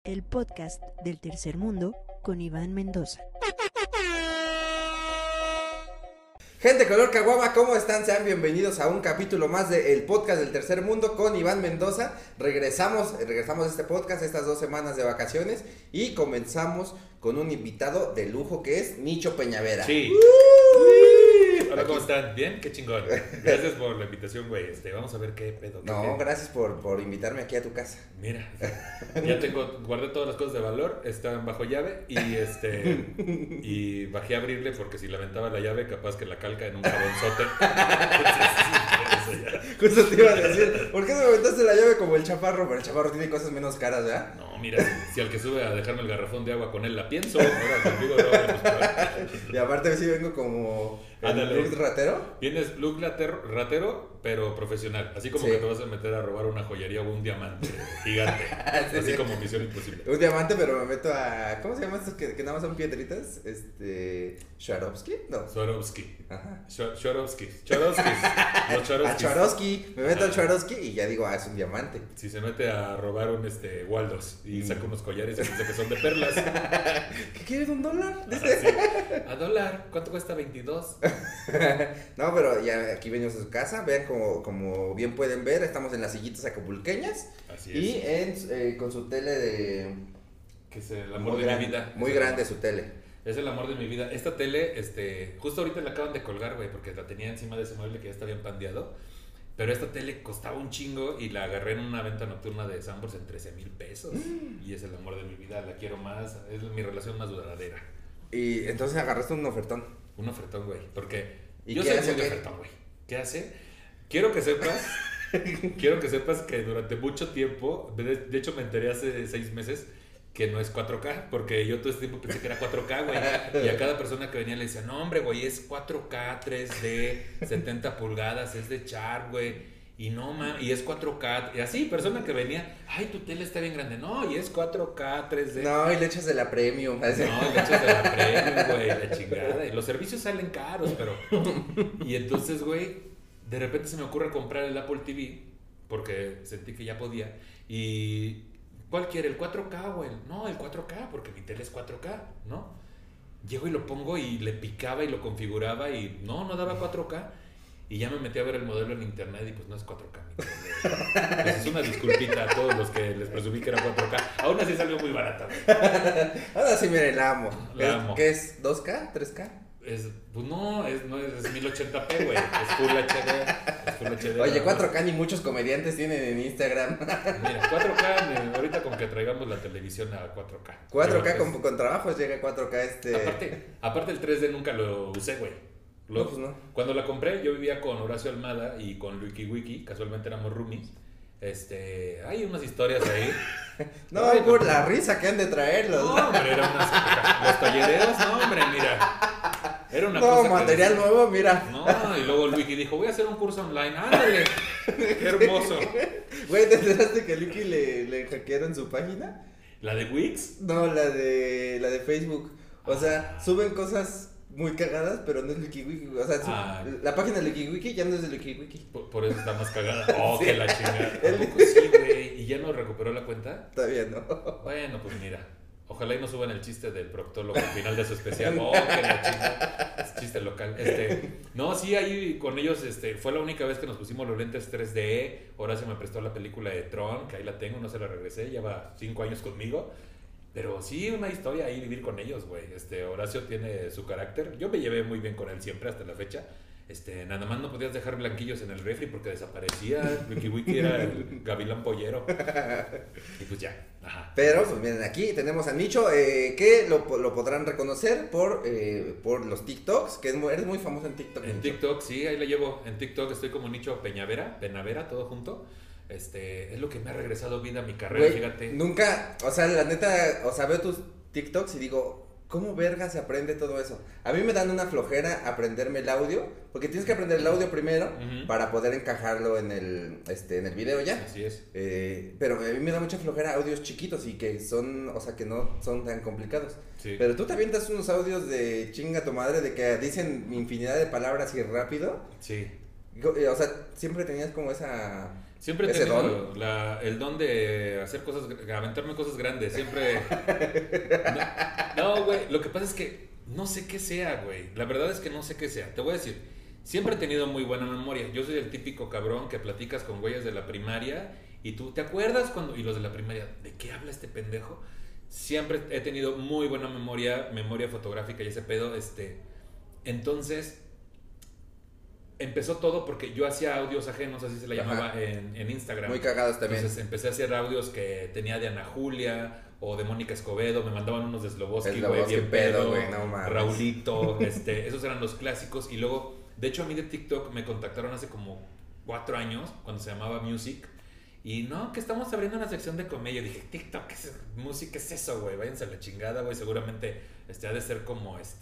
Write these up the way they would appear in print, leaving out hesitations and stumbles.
el podcast del tercer mundo con Iván Mendoza. Gente color caguama, ¿cómo están? Sean bienvenidos a un capítulo más del podcast del tercer mundo con Iván Mendoza. Regresamos a este podcast estas 2 semanas de vacaciones y comenzamos con un invitado de lujo que es Nicho Peñavera. Sí. Hola, ¿cómo están? ¿Bien? Qué chingón. Gracias por la invitación, güey. Vamos a ver qué pedo. No, gracias por invitarme aquí a tu casa. Mira, ya guardé todas las cosas de valor, estaban bajo llave y bajé a abrirle porque si lamentaba la llave, capaz que la calca en un jabonzote. Justo te iba a decir, ¿por qué no me aventaste la llave como el chaparro? Pero el chaparro tiene cosas menos caras, ¿verdad? No, mira, si al que sube a dejarme el garrafón de agua con él la pienso, ahora contigo no. Y aparte sí vengo como look ratero. Vienes look ratero, pero profesional. Así como sí. Que te vas a meter a robar una joyería o un diamante gigante. Sí, así sí. Como Misión Imposible. Un diamante, pero me meto a... ¿Cómo se llama estos que nada más son piedritas? ¿Swarovski? No. Swarovski. Ajá. Swarovski. A Los Swarovskis. Swarovski. Me meto al Swarovski y ya digo, es un diamante. Si se mete a robar un Waldos y saca unos collares y dice que son de perlas. ¿Qué quieres? ¿$1? Sí. A dólar. ¿Cuánto cuesta? 22. No, pero ya aquí venimos a su casa. Vean como bien pueden ver, estamos en las sillitas acapulqueñas. Así es. Y con su tele de... Que es el amor de mi vida. Muy grande su tele. Es el amor de mi vida. Esta tele, justo ahorita la acaban de colgar, güey, porque la tenía encima de ese mueble que ya está bien pandeado. Pero esta tele costaba un chingo y la agarré en una venta nocturna de Sanborns en 13,000 pesos. Y es el amor de mi vida, la quiero más, es mi relación más duradera. Y entonces agarraste un ofertón. Un ofertón, güey, porque ¿Y yo qué soy hace, muy de ofertón, güey. ¿Qué hace? Quiero que sepas que durante mucho tiempo, de hecho me enteré hace 6 meses que no es 4K, porque yo todo este tiempo pensé que era 4K, güey, y a cada persona que venía le decía, no, hombre, güey, es 4K, 3D, 70 pulgadas, es de Sharp, güey, y no, y es 4K, y así, persona que venía, ay, tu tele está bien grande, no, y es 4K, 3D. No, y le echas de la Premium. Así. No, le echas de la Premium, güey, la chingada, y los servicios salen caros, pero, y entonces, güey, de repente se me ocurre comprar el Apple TV, porque sentí que ya podía, y... ¿Cuál quiere? ¿El 4K o el...? No, el 4K, porque mi tele es 4K, ¿no? Llego y lo pongo y le picaba y lo configuraba y no daba 4K. Y ya me metí a ver el modelo en internet y pues no es 4K mi tele. Pues es una disculpita a todos los que les presumí que era 4K. Aún así salió muy barata. Ahora sí, miren, la amo. La amo. ¿Qué es? ¿2K? ¿3K? Pues no es 1080p, güey. Es Full HD. Oye, 4K ni muchos comediantes tienen en Instagram. Mira, 4K, ahorita con que traigamos la televisión a 4K. 4K con trabajos llega a 4K Aparte el 3D nunca lo usé, güey. No, pues no. Cuando la compré, yo vivía con Horacio Almada y con Luiki Wiki, casualmente éramos roomies. Hay unas historias ahí. No, por la risa que han de traerlos. No, hombre, eran los tallereos, no, hombre, mira. Era una no, cosa material nuevo, mira. No, y luego el Wiki dijo, voy a hacer un curso online, ándale. Qué hermoso. Güey, ¿te enteraste que a Luiki le hackearon su página? ¿La de Wix? No, la de Facebook. O sea, suben cosas muy cagadas, pero no es LikiWiki. O sea, la página de LikiWiki ya no es de LikiWiki. Por eso está más cagada. Oh, sí. Que la chingada. Sí, güey. ¿Y ya no recuperó la cuenta? Todavía no. Bueno, pues mira. Ojalá y no suban el chiste del proctólogo al final de su especial. Oh, que la chingada. Es chiste local. No, sí, ahí con ellos fue la única vez que nos pusimos los lentes 3D. Horacio me prestó la película de Tron, que ahí la tengo, no se la regresé. Lleva 5 años conmigo. Pero sí, una historia ahí vivir con ellos, güey. Horacio tiene su carácter. Yo me llevé muy bien con él siempre hasta la fecha. Nada más no podías dejar blanquillos en el refri porque desaparecía. WikiWiki era el gavilán pollero. Y pues ya. Ajá. Pero, pues miren, aquí tenemos a Nicho, que lo podrán reconocer por los TikToks, que eres muy famoso en TikTok. En Nicho. TikTok, sí, ahí la llevo. En TikTok estoy como Nicho Penavera, todo junto. Es lo que me ha regresado vida a mi carrera, Güey, fíjate. Nunca, o sea, la neta, o sea, veo tus TikToks y digo, ¿cómo verga se aprende todo eso? A mí me dan una flojera aprenderme el audio, porque tienes que aprender el audio primero para poder encajarlo en el video ya. Así es. Pero a mí me da mucha flojera audios chiquitos y que son, o sea, que no son tan complicados. Sí. Pero tú te avientas unos audios de chinga tu madre, de que dicen infinidad de palabras y rápido. Sí. O sea, siempre tenías como esa Siempre he ¿Ese tenido el don de hacer cosas, aventarme cosas grandes, siempre... No, güey, lo que pasa es que no sé qué sea, güey. La verdad es que no sé qué sea. Te voy a decir, siempre he tenido muy buena memoria. Yo soy el típico cabrón que platicas con güeyes de la primaria y tú, ¿te acuerdas cuando...? Y los de la primaria, ¿de qué habla este pendejo? Siempre he tenido muy buena memoria fotográfica y ese pedo, Entonces... Empezó todo porque yo hacía audios ajenos, así se le llamaba en Instagram. Muy cagados también. Entonces empecé a hacer audios que tenía de Ana Julia o de Mónica Escobedo. Me mandaban unos de Sloboski, güey, bien pedo, güey, no mames. Raulito, esos eran los clásicos. Y luego, de hecho, a mí de TikTok me contactaron hace como 4 años, cuando se llamaba Music. Y no, que estamos abriendo una sección de comedia. Dije, TikTok, ¿qué es música? ¿Qué es eso, güey? Váyanse a la chingada, güey. Seguramente ha de ser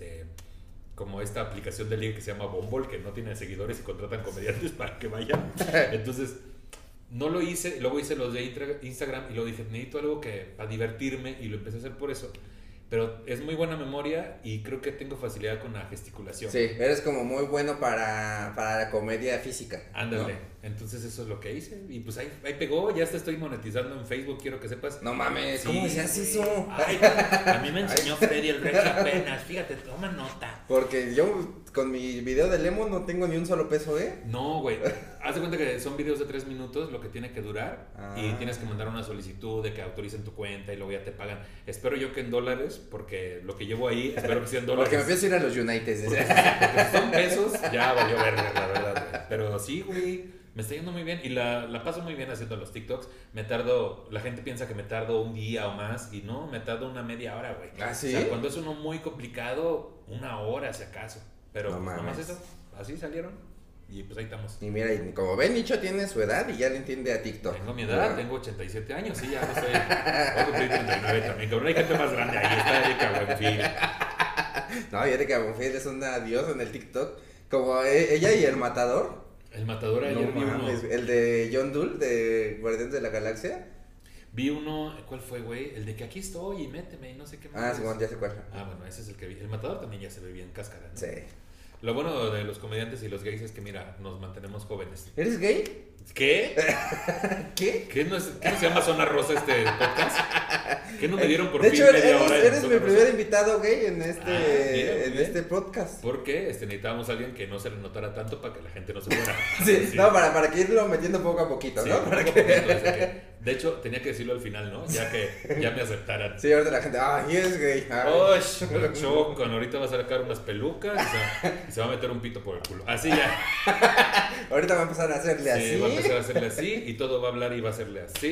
como esta aplicación de liga que se llama Bumble, que no tiene seguidores y contratan comediantes para que vayan. Entonces, no lo hice. Luego hice los de Instagram y luego dije, necesito algo para divertirme, y lo empecé a hacer por eso. Pero es muy buena memoria y creo que tengo facilidad con la gesticulación. Sí, eres como muy bueno para la comedia física. Ándale, ¿no? Entonces eso es lo que hice. Y pues ahí pegó, ya te estoy monetizando en Facebook, quiero que sepas. No mames, Sí, ¿cómo se hace eso? Ay, a mí me enseñó Freddy el Rex apenas, fíjate, toma nota. Porque yo con mi video de Lemon no tengo ni un solo peso, ¿eh? No, güey, haz de cuenta que son videos de 3 minutos lo que tiene que durar. Y tienes que mandar una solicitud de que autoricen tu cuenta y luego ya te pagan. Espero yo que en dólares, porque lo que llevo ahí, espero que sea en dólares. Porque me empiezo a ir a los United. Porque si son pesos, ya valió verga, la verdad, güey. Pero sí, güey, me está yendo muy bien y la paso muy bien haciendo los TikToks. La gente piensa que me tardo un día o más y no, me tardo una media hora, güey. ¿Ah, sí? O sea, cuando es uno muy complicado, 1 hora si acaso. Pero No pues, nomás mames. eso, así salieron y pues ahí estamos. Y mira, y como ven, Nicho tiene su edad y ya le entiende a TikTok. Tengo mi edad, tengo 87 años, sí, ya no estoy. Voy a cumplir 39 también, cabrón. Hay gente más grande ahí, está Erika Buenfil. No, y Erika Buenfil es una diosa en el TikTok. Como ella y el Matador. El Matador No ayer vi uno. mames, el de John Dool de Guardianes de la Galaxia. Vi uno, ¿cuál fue, güey? El de que aquí estoy y méteme y no sé qué más. Ah, sí, bueno, ya sé cuál. Bueno, ese es el que vi. El Matador también ya se ve bien cáscara, ¿no? Sí. Lo bueno de los comediantes y los gays es que, mira, nos mantenemos jóvenes. ¿Eres gay? ¿Qué? ¿Qué? ¿Qué no se llama Zona Rosa este podcast? ¿Qué no me dieron por de fin hecho, media hora? eres Zona mi Rosa? primer invitado gay en Mira, muy bien. podcast. Porque necesitábamos a alguien que no se le notara tanto para que la gente no se fuera. Sí, no, para que irlo metiendo poco a poquito, Sí, ¿no? poco Para a que... poquito, desde que- de hecho, tenía que decirlo al final, ¿no? Ya que ya me aceptaran. Sí, ahorita la gente, es gay. ¡Uy! Me chocan. Ahorita va a sacar unas pelucas y se va a meter un pito por el culo. Así ya. Ahorita va a empezar a hacerle Sí, así. va a empezar a hacerle así y todo va a hablar y va a hacerle así.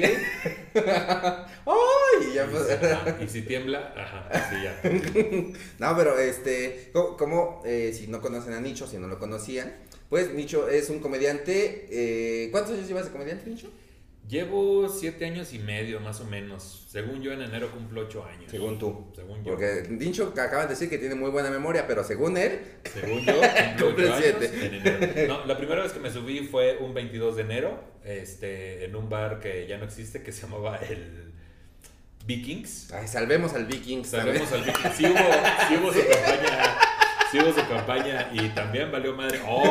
¡Ay! Ya pues... Y si tiembla, ajá, así ya. No, pero como si no conocen a Nicho, si no lo conocían, pues Nicho es un comediante. ¿Cuántos años llevas de comediante, Nicho? Llevo 7 años y medio, más o menos. Según yo, en enero cumplo 8 años. Según tú. Según yo. Porque Nicho acaban de decir que tiene muy buena memoria, pero según él, Según yo, Cumple cumplo 8 años 7. en enero. No, la primera vez que me subí fue un 22 de enero, en un bar que ya no existe, que se llamaba el Vikings. ay, salvemos al Vikings. Sabemos al Vikings. Sí hubo su campaña. Sí hubo su campaña y también valió madre. ¡Oh!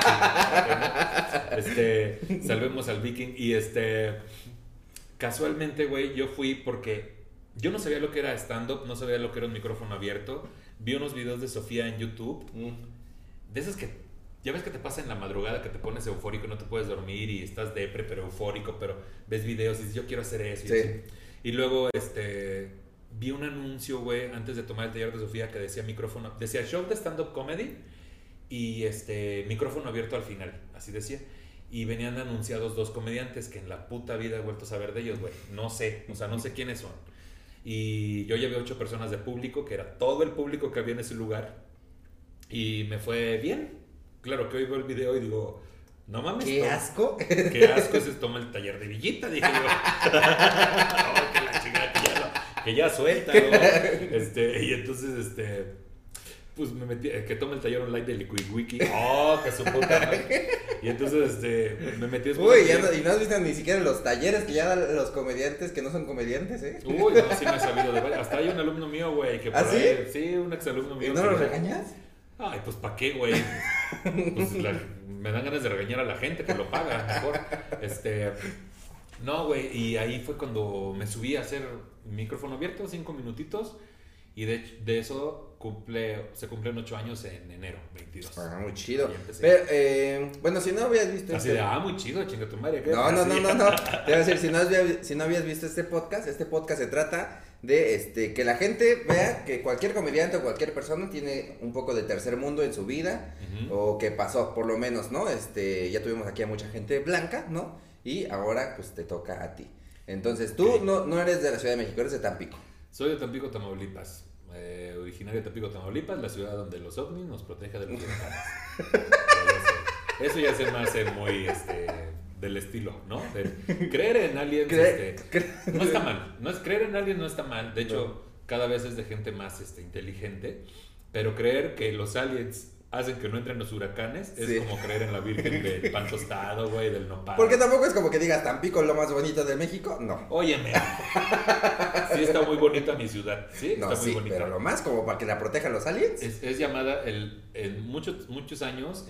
Salvemos al Viking. Y casualmente, güey, yo fui porque yo no sabía lo que era stand-up, no sabía lo que era un micrófono abierto. Vi unos videos de Sofía en YouTube. De esas que ya ves que te pasa en la madrugada que te pones eufórico y no te puedes dormir y estás depre pero eufórico, pero ves videos y dices, yo quiero hacer eso. Sí. Y luego, vi un anuncio, güey, antes de tomar el taller de Sofía que decía decía show de stand-up comedy y micrófono abierto al final, así decía. Y venían anunciados 2 comediantes que en la puta vida he vuelto a saber de ellos, güey. No sé quiénes son. Y yo llevé 8 personas de público, que era todo el público que había en ese lugar. Y me fue bien. Claro que hoy veo el video y digo, no mames. ¡Qué asco! Qué asco ese toma el taller de Villita, dije yo. Oh, que la chingada, que ya suelta, ¿no? Y entonces, pues me metí, que tome el taller online de Liquid Wiki. Oh, que su puta madre. Y entonces, me metí a Uy, y no has visto ni siquiera los talleres que ya dan los comediantes que no son comediantes, ¿eh? Uy, no, sí me he sabido de varios. Hasta hay un alumno mío, güey, que por ¿Ah, sí? ahí, sí, un exalumno mío. ¿Y no que los me- regañas? Ay, pues ¿para qué, güey? Pues me dan ganas de regañar a la gente que lo paga, mejor. No, güey, y ahí fue cuando me subí a hacer micrófono abierto, 5 minutitos, y de eso se cumplen 8 años en enero 22. Ah, muy chido. Y empecé. Pero, bueno, si no habías visto Así de, muy chido, chinga tu madre. ¿Qué? No. Así. Te iba a decir, si no habías visto este podcast se trata de que la gente vea que cualquier comediante o cualquier persona tiene un poco de tercer mundo en su vida, o que pasó, por lo menos, ¿no? Ya tuvimos aquí a mucha gente blanca, ¿no? Y ahora, pues, te toca a ti. Entonces, tú no eres de la Ciudad de México, eres de Tampico. Soy de Tampico, Tamaulipas. Originario de Tampico, Tamaulipas, la ciudad donde los ovnis nos protege de los huracanes. Eso ya se me hace muy del estilo, ¿no? De creer en aliens no está mal. Creer en aliens no está mal. De hecho, cada vez es de gente más inteligente. Pero creer que los aliens hacen que no entren los huracanes es como creer en la Virgen del pan tostado, güey, del nopal. Porque tampoco es como que digas Tampico lo más bonito de México, no. Óyeme, sí está muy bonita mi ciudad, sí, no, está muy bonita. Pero lo más como para que la protejan los aliens. Es llamada, en muchos años,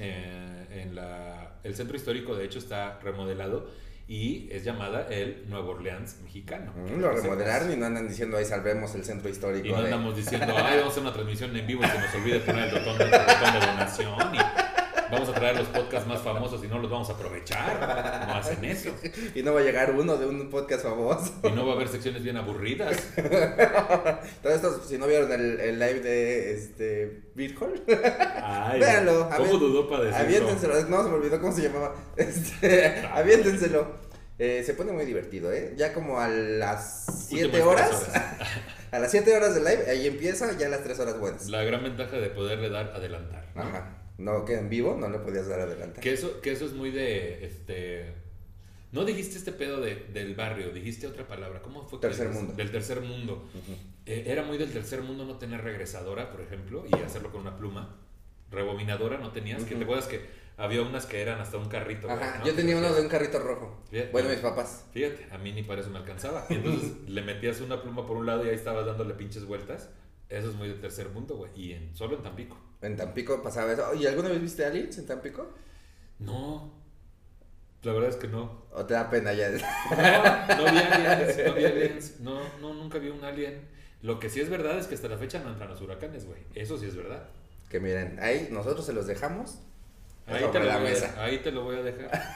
el centro histórico de hecho está remodelado y es llamada el Nuevo Orleans mexicano. Lo remodelaron y no andan diciendo ahí salvemos el centro histórico. Y no andamos diciendo, vamos a hacer una transmisión en vivo y se nos olvide poner el botón de donación y vamos a traer los podcasts más famosos y no los vamos a aprovechar. No hacen eso. Y no va a llegar uno de un podcast famoso. Y no va a haber secciones bien aburridas. Todo esto, si no vieron el live de Virgol, Ay, véanlo. ¿Cómo dudó para decirlo? Aviéntenselo, no se me olvidó cómo se llamaba. Aviéntenselo. Se pone muy divertido, ¿eh? Ya como a las 7 horas. A las 7 horas de live, ahí empieza, ya las 3 horas buenas. La gran ventaja de poderle dar adelantar, ¿no? Ajá. No, que en vivo no le podías dar adelantar. Que eso es muy de no dijiste este pedo del barrio, dijiste otra palabra. ¿Cómo fue? Tercer mundo. Del tercer mundo. Era muy del tercer mundo no tener regresadora, por ejemplo, y hacerlo con una pluma. Rebobinadora no tenías. Que te acuerdas que había unas que eran hasta un carrito. Ajá, ¿no? Yo tenía uno de un carrito rojo. Fíjate, bueno, mis papás. Fíjate, a mí ni para eso me alcanzaba. Y entonces le metías una pluma por un lado y ahí estabas dándole pinches vueltas. Eso es muy del tercer mundo, güey. Y solo en Tampico. En Tampico pasaba eso. ¿Y alguna vez viste aliens en Tampico? No. La verdad es que no. ¿O te da pena ya? No vi aliens. No, nunca vi un alien. Lo que sí es verdad es que hasta la fecha no entran los huracanes, güey. Eso sí es verdad. Que miren, ahí nosotros se los dejamos. Ahí te lo voy a dejar.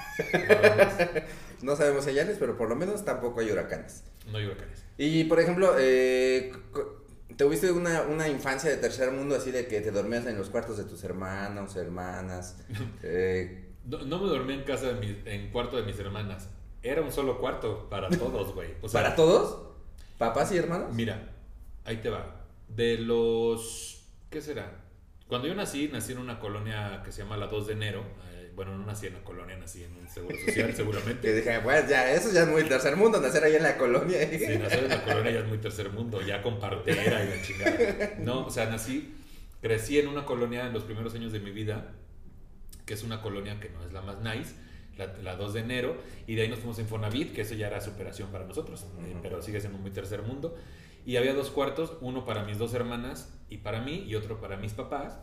No sabemos si hay aliens, pero por lo menos tampoco hay huracanes. No hay huracanes. Y por ejemplo, ¿tuviste una infancia de tercer mundo así de que te dormías en los cuartos de tus hermanos, hermanas? No me dormí en casa en cuarto de mis hermanas. Era un solo cuarto para todos, güey. O sea, ¿para todos? ¿Papás y hermanos? Mira, ahí te va. De los... ¿Qué será? Cuando yo nací en una colonia que se llama la 2 de enero. Bueno, no nací en la colonia, nací en un seguro social, seguramente. Y dije, pues ya, eso ya es muy tercer mundo, nacer ahí en la colonia. Sí, nacer en la colonia ya es muy tercer mundo, ya con partera y la chingada. No, o sea, crecí en una colonia en los primeros años de mi vida, que es una colonia que no es la más nice, la 2 de enero, y de ahí nos fuimos a Infonavit, que eso ya era superación para nosotros, pero sigue siendo muy tercer mundo. Y había 2 cuartos, uno para mis 2 hermanas y para mí, y otro para mis papás.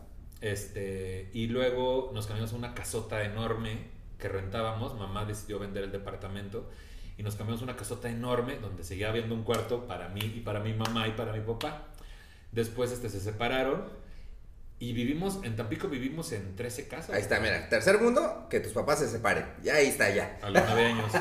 Y luego nos cambiamos a una casota enorme que rentábamos. Mamá decidió vender el departamento y nos cambiamos a una casota enorme donde seguía habiendo un cuarto para mí y para mi mamá y para mi papá. Después se separaron y en Tampico vivimos en 13 casas. Ahí está, mira, tercer mundo, que tus papás se separen. Ya ahí está, ya. A los 9 años.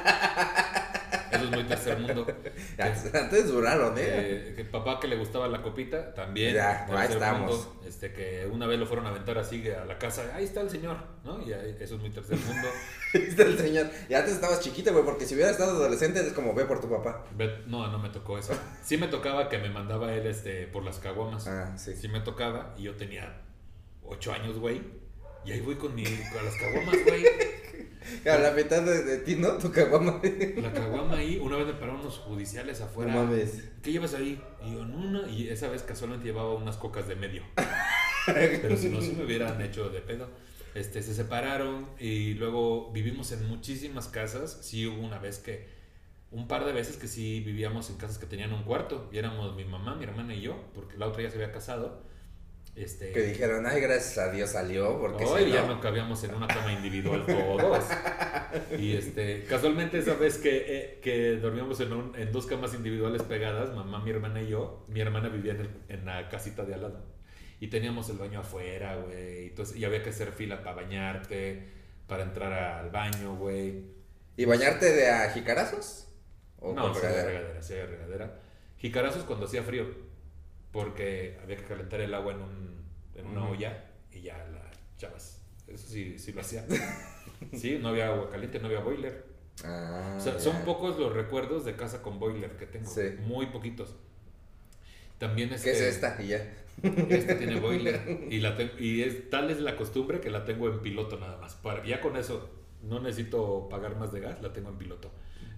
Eso es muy tercer mundo. Antes duraron, que papá que le gustaba la copita, también. Ya, ahí estamos. Mundo, que una vez lo fueron a aventar así a la casa, ahí está el señor, ¿no? Y eso es muy tercer mundo. Ahí está el señor. Y antes estabas chiquito, güey, porque si hubieras estado adolescente es como ve por tu papá. No me tocó eso. Sí me tocaba que me mandaba él por las caguamas. Ah, sí. Sí me tocaba y yo tenía 8 años, güey. Y ahí voy con las caguamas, güey. A la mitad de ti, ¿no? Tu caguama. La caguama ahí, una vez me pararon unos judiciales afuera. No mames. ¿Qué llevas ahí? Y yo, no. Y esa vez casualmente llevaba unas cocas de medio. Pero si no, se me hubieran hecho de pedo. Se separaron y luego vivimos en muchísimas casas. Sí hubo un par de veces que sí vivíamos en casas que tenían un cuarto. Y éramos mi mamá, mi hermana y yo, porque la otra ya se había casado. Que dijeron, ay, gracias a Dios salió, porque hoy ya no cabíamos en una cama individual todos. Y casualmente esa vez que dormíamos en 2 camas individuales pegadas, mamá, mi hermana y yo, mi hermana vivía en la casita de al lado. Y teníamos el baño afuera, güey. Y había que hacer fila para bañarte, para entrar al baño, güey. ¿Y bañarte de a jicarazos? No, sí había regadera. Jicarazos cuando hacía frío, porque había que calentar el agua en una olla y ya la echabas. Eso sí lo hacía. Sí, no había agua caliente, no había boiler. O sea, son pocos los recuerdos de casa con boiler que tengo. Sí. Muy poquitos. También ¿qué es esta? Y ya. Esta tiene boiler tal es la costumbre que la tengo en piloto nada más. Ya con eso no necesito pagar más de gas, la tengo en piloto.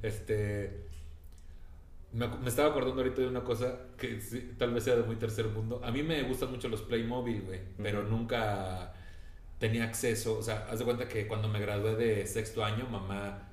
Me estaba acordando ahorita de una cosa que sí, tal vez sea de muy tercer mundo. A mí me gustan mucho los Playmobil, güey, pero nunca tenía acceso. O sea, haz de cuenta que cuando me gradué de 6º año, mamá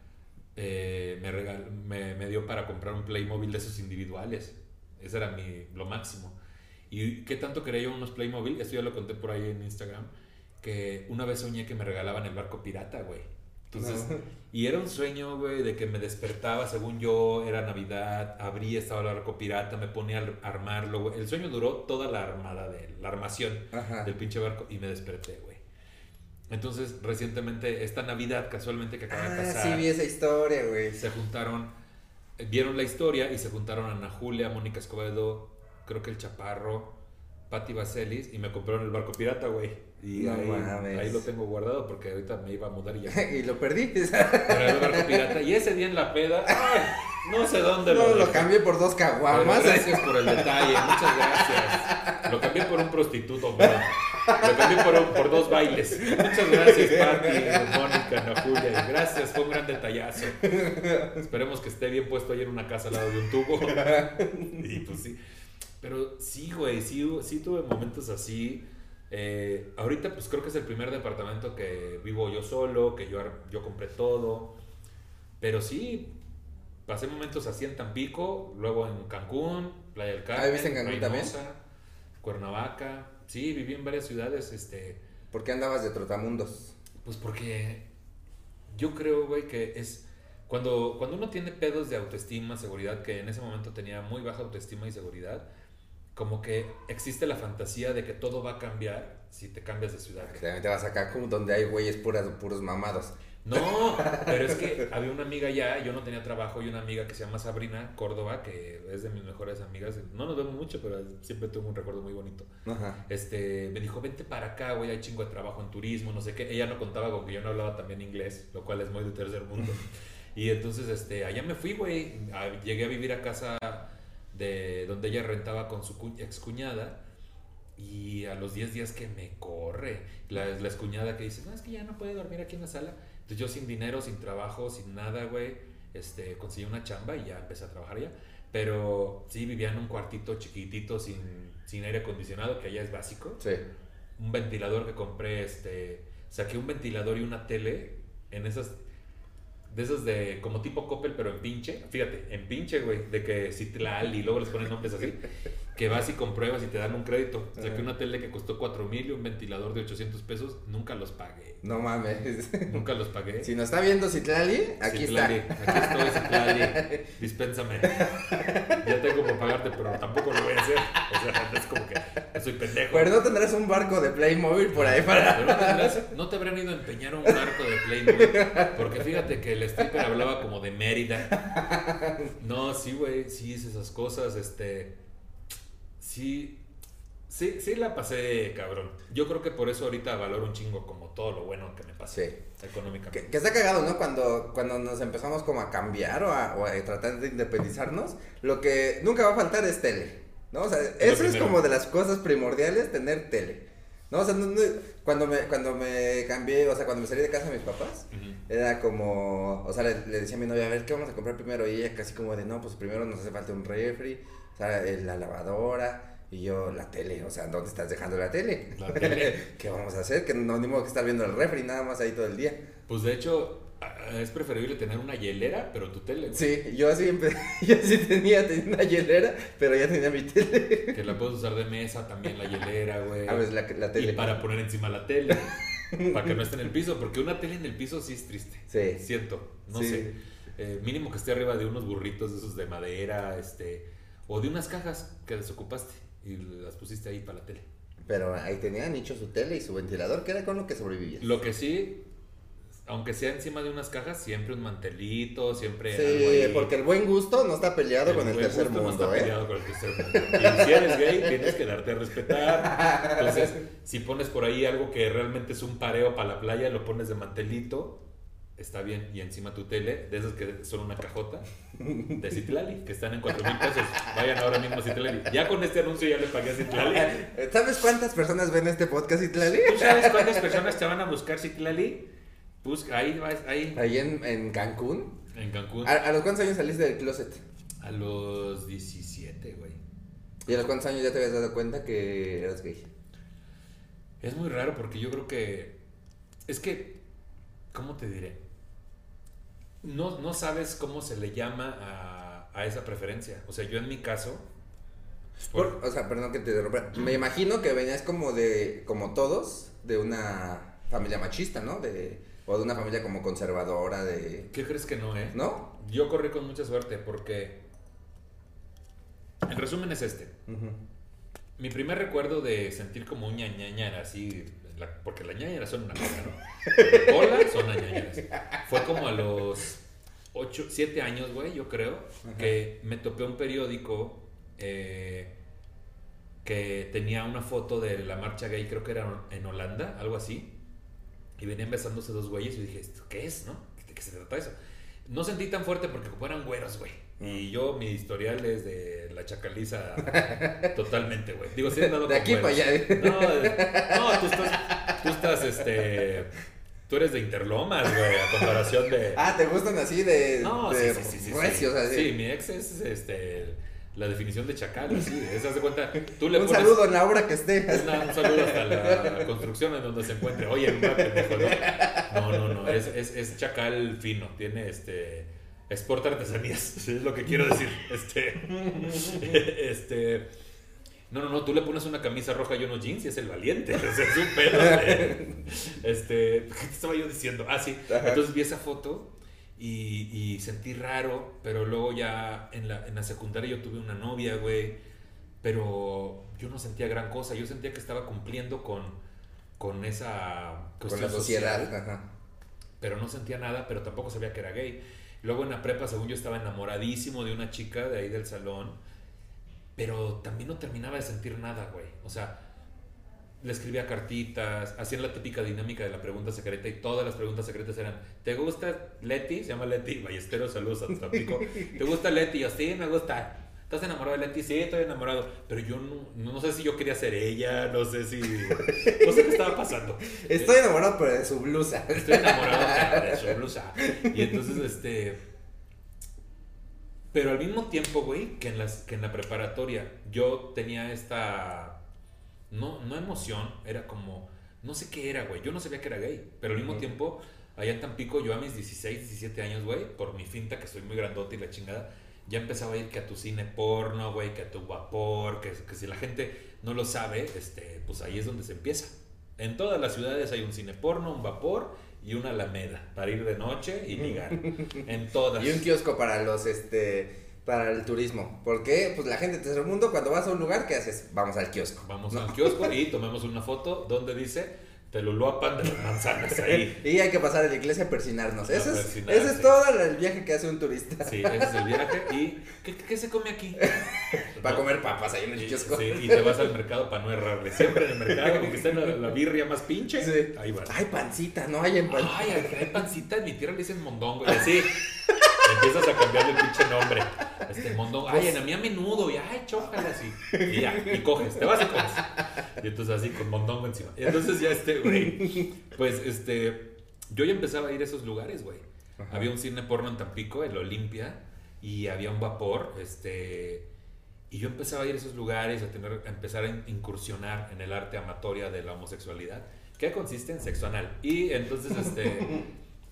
me dio para comprar un Playmobil de esos individuales. Ese era lo máximo. Y qué tanto quería yo unos Playmobil, esto ya lo conté por ahí en Instagram, que una vez soñé que me regalaban el barco pirata, güey. Entonces, y era un sueño, güey, de que me despertaba, según yo, era Navidad, abría, estaba el barco pirata, me ponía a armarlo, güey. El sueño duró toda la armación del pinche barco y me desperté, güey. Entonces, recientemente, esta Navidad, casualmente que acaba de pasar. Sí, vi esa historia, güey. Se juntaron, vieron la historia y se juntaron Ana Julia, Mónica Escobedo, creo que el Chaparro, Patti Vaselis, y me compraron el barco pirata, güey. Y ahí lo tengo guardado porque ahorita me iba a mudar y ya. Y lo perdí. Pero el barco pirata. Y ese día en la peda, ay, no sé dónde lo cambié por 2 caguamas. Gracias por el detalle, muchas gracias. Lo cambié por un prostituto, pero lo cambié por 2 bailes. Muchas gracias, Patti, Mónica, Ana Julia. Gracias, fue un gran detallazo. Esperemos que esté bien puesto ahí en una casa al lado de un tubo. Y pues sí. Pero sí, güey, sí tuve momentos así. Ahorita pues creo que es el primer departamento que vivo yo solo, que yo compré todo. Pero sí, pasé momentos así en Tampico, luego en Cancún, Playa del Carmen, ¿viste en Cancún también? Cuernavaca. Sí, viví en varias ciudades. ¿Por qué andabas de trotamundos? Pues porque yo creo, güey, que es cuando uno tiene pedos de autoestima, seguridad, que en ese momento tenía muy baja autoestima y seguridad, como que existe la fantasía de que todo va a cambiar si te cambias de ciudad. También te vas acá como donde hay güeyes puros mamados. No, pero es que había una amiga ya, yo no tenía trabajo, y una amiga que se llama Sabrina Córdoba, que es de mis mejores amigas. No nos vemos mucho, pero siempre tengo un recuerdo muy bonito. Ajá. Me dijo, vente para acá, güey, hay chingo de trabajo en turismo, no sé qué. Ella no contaba con que yo no hablaba también inglés, lo cual es muy de tercer mundo. Y entonces, allá me fui, güey. Llegué a vivir a casa de donde ella rentaba con su excuñada, y a los 10 días que me corre la excuñada que dice, no, es que ya no puede dormir aquí en la sala. Entonces yo sin dinero, sin trabajo, sin nada, güey, conseguí una chamba y ya empecé a trabajar ya. Pero sí, vivía en un cuartito chiquitito sin aire acondicionado, que allá es básico. Sí. Un ventilador que compré, saqué un ventilador y una tele en esas... De esos de como tipo Coppel, pero en pinche. Fíjate, en pinche, güey. De que Citlal y luego les ponen nombres así. Que vas y compruebas y te dan un crédito. O sea, que una tele que costó 4,000 y un ventilador de 800 pesos, nunca los pagué. No mames. Nunca los pagué. Si nos está viendo Citlali, aquí Citlali, está. Aquí estoy, Citlali. Dispénsame. Ya tengo por pagarte, pero tampoco lo voy a hacer. O sea, es como que soy pendejo. Pero no tendrás un barco de Playmobil por ahí para... Pero no te habrán ido a empeñar un barco de Playmobil. Porque fíjate que el stripper hablaba como de Mérida. No, sí, güey, sí hice esas cosas, Sí la pasé, cabrón. Yo creo que por eso ahorita valoro un chingo como todo lo bueno que me pasó económicamente. Que está cagado, ¿no? Cuando nos empezamos como a cambiar o a tratar de independizarnos, lo que nunca va a faltar es tele, ¿no? O sea, eso es como de las cosas primordiales, tener tele, ¿no? O sea, cuando me cambié, o sea, cuando me salí de casa de mis papás, era como, o sea, le decía a mi novia, a ver, ¿qué vamos a comprar primero? Y ella casi como de, no, pues primero nos hace falta un refri, o sea, la lavadora. Y yo, la tele, o sea, ¿dónde estás dejando la tele? La tele. ¿Qué vamos a hacer? Que no, ni modo que estar viendo el refri nada más ahí todo el día. Pues de hecho, Es preferible tener una hielera, pero tu tele, güey. Sí, yo sí tenía una hielera, pero ya tenía mi tele. Que la puedes usar de mesa también, la hielera, güey. A ver, la tele. Y para poner encima la tele, para que no esté en el piso, porque una tele en el piso sí es triste. Sí. Siento, no Sí. sé. Mínimo que esté arriba de unos burritos de esos de madera, o de unas cajas que desocupaste y las pusiste ahí para la tele. Pero ahí tenía Nicho su tele y su ventilador, que era con lo que sobrevivía. Lo que sí, aunque sea encima de unas cajas, siempre un mantelito, siempre algo Sí, ahí. porque el buen gusto no está peleado con el buen tercer gusto no mundo, está ¿eh? peleado con el tercer mundo. Y si eres gay, tienes que darte a respetar. Entonces, si pones por ahí algo que realmente es un pareo para la playa, lo pones de mantelito, está bien. Y encima tu tele, de esas que son una cajota, de Citlali, que están en 4,000 pesos. Vayan ahora mismo a Citlali. Ya con este anuncio ya le pagué a Citlali. ¿Sabes cuántas personas ven este podcast, Itlali? ¿Tú sabes cuántas personas te van a buscar Citlali? Busca, ahí. Ahí en Cancún. En Cancún. ¿A los cuántos años saliste del closet? A los 17, güey. ¿Y a los cuántos años ya te habías dado cuenta que eras gay? Es muy raro porque yo creo que... Es que... ¿Cómo te diré? No sabes cómo se le llama a esa preferencia. O sea, yo en mi caso... O sea, perdón que te interrumpa. Me imagino que venías como todos, de una familia machista, ¿no? O de una familia como conservadora, ¿Qué crees que no, ¿no? Yo corrí con mucha suerte porque... El resumen es este. Uh-huh. Mi primer recuerdo de sentir como un ñañaña así... Porque las ñañaras son una cosa, ¿no? Hola, son las ñañaras. Fue como a los 7 años, güey, yo creo, uh-huh, que me topé un periódico que tenía una foto de la marcha gay, creo que era en Holanda, algo así, y venían besándose dos güeyes y dije, ¿esto qué es, no? ¿De qué se trata eso? No sentí tan fuerte porque como eran güeros, güey. Y yo, mi historial es de la chacaliza totalmente, güey. Digo, sí he andado de con aquí para güeros. allá. No, tú estás, tú eres de Interlomas, güey, a comparación de... Ah, ¿te gustan así de... No, de sí. recios, así? Sí, mi ex es, la definición de chacal, así. Esa de cuenta, tú le un pones... saludo en la obra que esté. Un saludo hasta la construcción en donde se encuentre. Oye, un pendejo, ¿no? Es chacal fino, tiene exporta artesanías, es lo que quiero decir. No, tú le pones una camisa roja y unos jeans y es el valiente. O sea, es un pedo. ¿Qué te estaba yo diciendo? Ah, sí. Ajá. Entonces vi esa foto y sentí raro, pero luego ya en la secundaria yo tuve una novia, güey, pero yo no sentía gran cosa. Yo sentía que estaba cumpliendo con esa cuestión con la sociedad, social, ajá, pero no sentía nada, pero tampoco sabía que era gay. Luego en la prepa, según yo, estaba enamoradísimo de una chica de ahí del salón, pero también no terminaba de sentir nada, güey. O sea, le escribía cartitas, hacían la típica dinámica de la pregunta secreta y todas las preguntas secretas eran: ¿te gusta Leti? Se llama Leti Ballesteros, saludos a Tampico. ¿Te gusta Leti? Yo, sí, me gusta. ¿Estás enamorado de Leti? Sí, estoy enamorado. Pero yo no sé si yo quería ser ella, no sé qué estaba pasando. Estoy enamorado, pero de su blusa. Estoy enamorado de su blusa. Y entonces, pero al mismo tiempo, güey, que en la preparatoria yo tenía esta... No emoción, era como... No sé qué era, güey. Yo no sabía que era gay. Pero al mismo tiempo, allá en Tampico, yo a mis 16, 17 años, güey, por mi finta, que soy muy grandote y la chingada, ya empezaba a ir que a tu cine porno, güey, que a tu vapor, que si la gente no lo sabe, pues ahí es donde se empieza. En todas las ciudades hay un cine porno, un vapor y una alameda para ir de noche y ligar. En todas. Y un kiosco para para el turismo. Porque pues la gente de tercer mundo, cuando vas a un lugar, ¿qué haces? Vamos al kiosco. Vamos al kiosco y tomemos una foto donde dice Teluluapan de las manzanas ahí. Y hay que pasar a la iglesia a persinarnos. Ese es todo el viaje que hace un turista. Sí, ese es el viaje. ¿Y qué se come aquí? Para comer papas ahí en el kiosco. Sí, y te vas al mercado para no errarle. Siempre en el mercado, aunque esté la birria más pinche, sí, ahí vas. Ay, pancita, no hay en pancita. Ay, hay pancita, en mi tierra le dicen mondongo. Y así empiezas a cambiarle el pinche nombre. Mondongo. Ay, en a mí a menudo. Y ay, chócala así. Y ya, y coges, te vas y coges. Y entonces así con mondongo encima. Y entonces ya güey, pues yo ya empezaba a ir a esos lugares, güey. Ajá. Había un cine porno en Tampico, el Olimpia, y había un vapor, y yo empezaba a ir a esos lugares, a empezar a incursionar en el arte amatoria de la homosexualidad, que consiste en sexo anal. Y entonces,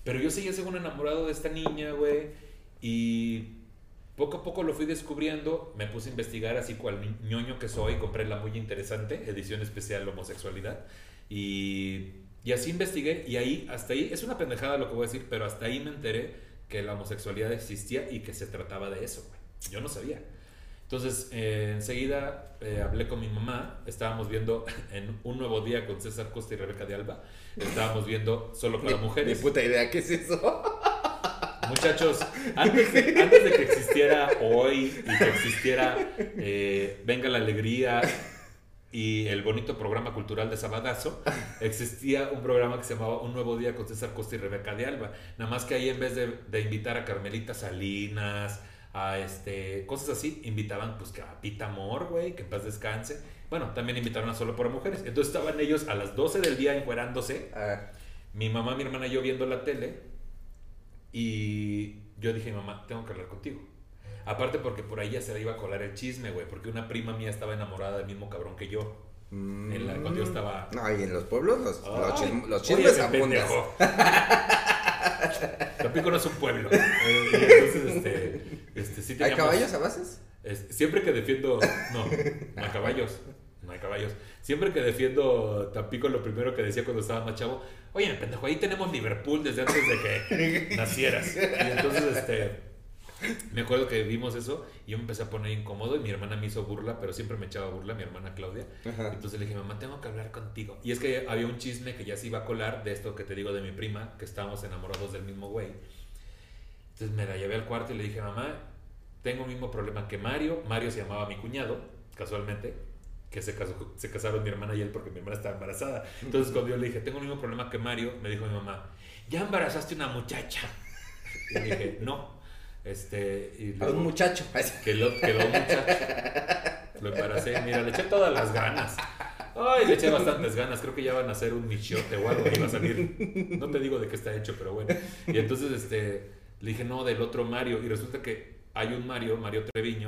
Pero yo seguía según enamorado de esta niña, güey. Y poco a poco lo fui descubriendo. Me puse a investigar así cual ñoño que soy. Compré la muy interesante, edición especial homosexualidad. Y así investigué. Y ahí, hasta ahí, es una pendejada lo que voy a decir, pero hasta ahí me enteré que la homosexualidad existía y que se trataba de eso, güey. Yo no sabía. Entonces, enseguida hablé con mi mamá. Estábamos viendo en Un Nuevo Día con César Costa y Rebeca de Alba. Estábamos viendo Solo para Mujeres. Ni puta idea, ¿qué es eso? Muchachos, antes de que existiera Hoy y que existiera Venga la Alegría y el bonito programa cultural de Sabadazo, existía un programa que se llamaba Un Nuevo Día con César Costa y Rebeca de Alba. Nada más que ahí, en vez de invitar a Carmelita Salinas, a cosas así, invitaban pues que a Pita Amor, güey, que en paz descanse. Bueno, también invitaron a Solo para Mujeres. Entonces estaban ellos a las 12 del día encuerándose. Mi mamá, mi hermana y yo viendo la tele. Y yo dije, mamá, tengo que hablar contigo. Aparte porque por ahí ya se le iba a colar el chisme, güey. Porque una prima mía estaba enamorada del mismo cabrón que yo. Cuando yo estaba... No, y en los pueblos los chismes abundan. Tampico no es un pueblo. Y entonces, sí teníamos... ¿Hay caballos a bases? Siempre que defiendo... No hay caballos. No hay caballos. Siempre que defiendo Tampico, lo primero que decía cuando estaba más chavo, oye, pendejo, ahí tenemos Liverpool desde antes de que nacieras. Y entonces, me acuerdo que vimos eso y yo me empecé a poner incómodo y mi hermana me hizo burla, pero siempre me echaba burla, mi hermana Claudia. Ajá. Entonces le dije, mamá, tengo que hablar contigo. Y es que había un chisme que ya se iba a colar de esto que te digo de mi prima, que estábamos enamorados del mismo güey. Entonces me la llevé al cuarto y le dije, mamá, tengo el mismo problema que Mario. Mario se llamaba mi cuñado, casualmente, que se casaron mi hermana y él porque mi hermana estaba embarazada. Entonces cuando yo le dije, tengo el mismo problema que Mario, me dijo mi mamá, ¿ya embarazaste una muchacha? Y le dije, no. Y a un muchacho. Quedó un muchacho. Lo embaracé, mira, le eché todas las ganas. Ay, le eché bastantes ganas. Creo que ya van a hacer un michote o algo que iba a salir. No te digo de qué está hecho, pero bueno. Y entonces le dije, no, del otro Mario. Y resulta que hay un Mario Treviño,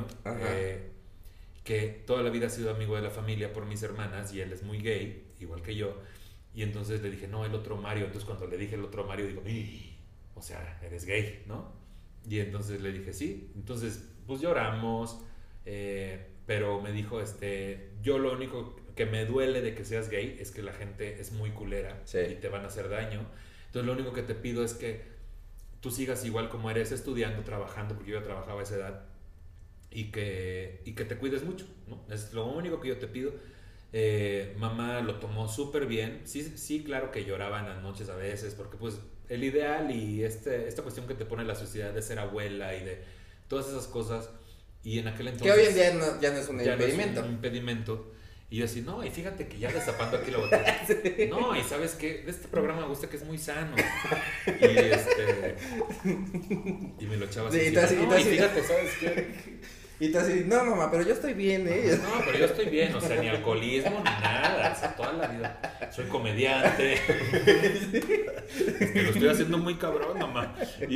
que toda la vida ha sido amigo de la familia por mis hermanas y él es muy gay, igual que yo. Y entonces le dije, no, el otro Mario. Entonces cuando le dije el otro Mario, digo, o sea, eres gay, ¿no? Y entonces le dije, sí. Entonces, pues lloramos, pero me dijo, yo lo único que me duele de que seas gay es que la gente es muy culera, sí, y te van a hacer daño. Entonces lo único que te pido es que tú sigas igual como eres, estudiando, trabajando, porque yo ya trabajaba a esa edad, y que te cuides mucho, ¿no? Es lo único que yo te pido. Mamá lo tomó súper bien. Sí, claro que lloraba en las noches a veces, porque pues el ideal y esta cuestión que te pone la sociedad de ser abuela y de todas esas cosas, y en aquel entonces... Que hoy en día ya no es un impedimento. No es un impedimento. Y yo así, no, y fíjate que ya destapando aquí la botella. Sí. No, y ¿sabes qué? De este programa me gusta que es muy sano. Y me lo echaba así. Sí, y fíjate, ¿sabes qué? Y tú así, no, mamá, pero yo estoy bien, ¿eh? No, pero yo estoy bien, o sea, ni alcoholismo, ni nada, o sea, toda la vida. Soy comediante. Lo estoy haciendo muy cabrón, mamá.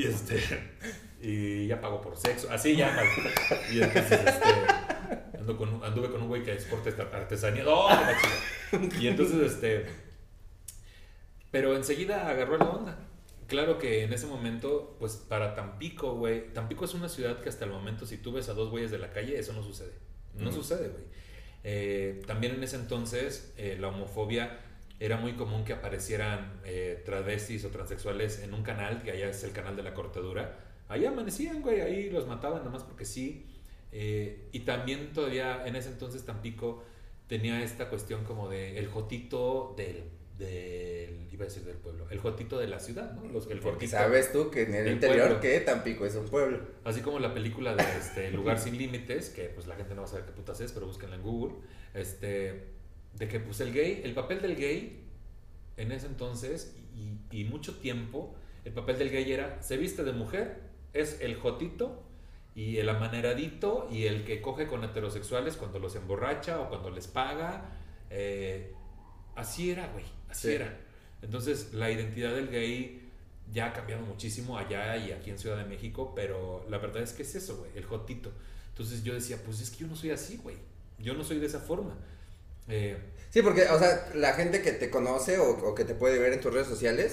Y ya pago por sexo, así ya. Y entonces, anduve con un güey que exporta esta artesanía. ¡Oh, la chica! Y entonces, pero enseguida agarró la onda. Claro que en ese momento, pues para Tampico, güey, Tampico es una ciudad que hasta el momento, si tú ves a dos güeyes de la calle, eso no sucede. No sucede, güey. También en ese entonces, la homofobia era muy común que aparecieran travestis o transexuales en un canal, que allá es el canal de la cortadura. Ahí amanecían, güey, ahí los mataban nada más porque sí. Y también todavía en ese entonces Tampico tenía esta cuestión como de el jotito iba a decir del pueblo, el jotito de la ciudad, ¿no? El jotito, sabes tú que en el interior pueblo, que Tampico es un pueblo. Así como la película de Lugar Sin Límites, que pues la gente no va a saber qué putas es, pero búsquenla en Google, de que pues el papel del gay en ese entonces y mucho tiempo, el papel del gay era, se viste de mujer, es el jotito y el amaneradito y el que coge con heterosexuales cuando los emborracha o cuando les paga. Así era, güey, así era. Entonces la identidad del gay ya ha cambiado muchísimo allá y aquí en Ciudad de México, pero la verdad es que es eso, güey, el jotito. Entonces yo decía, pues es que yo no soy así, güey, yo no soy de esa forma. Sí, porque, o sea, la gente que te conoce o que te puede ver en tus redes sociales,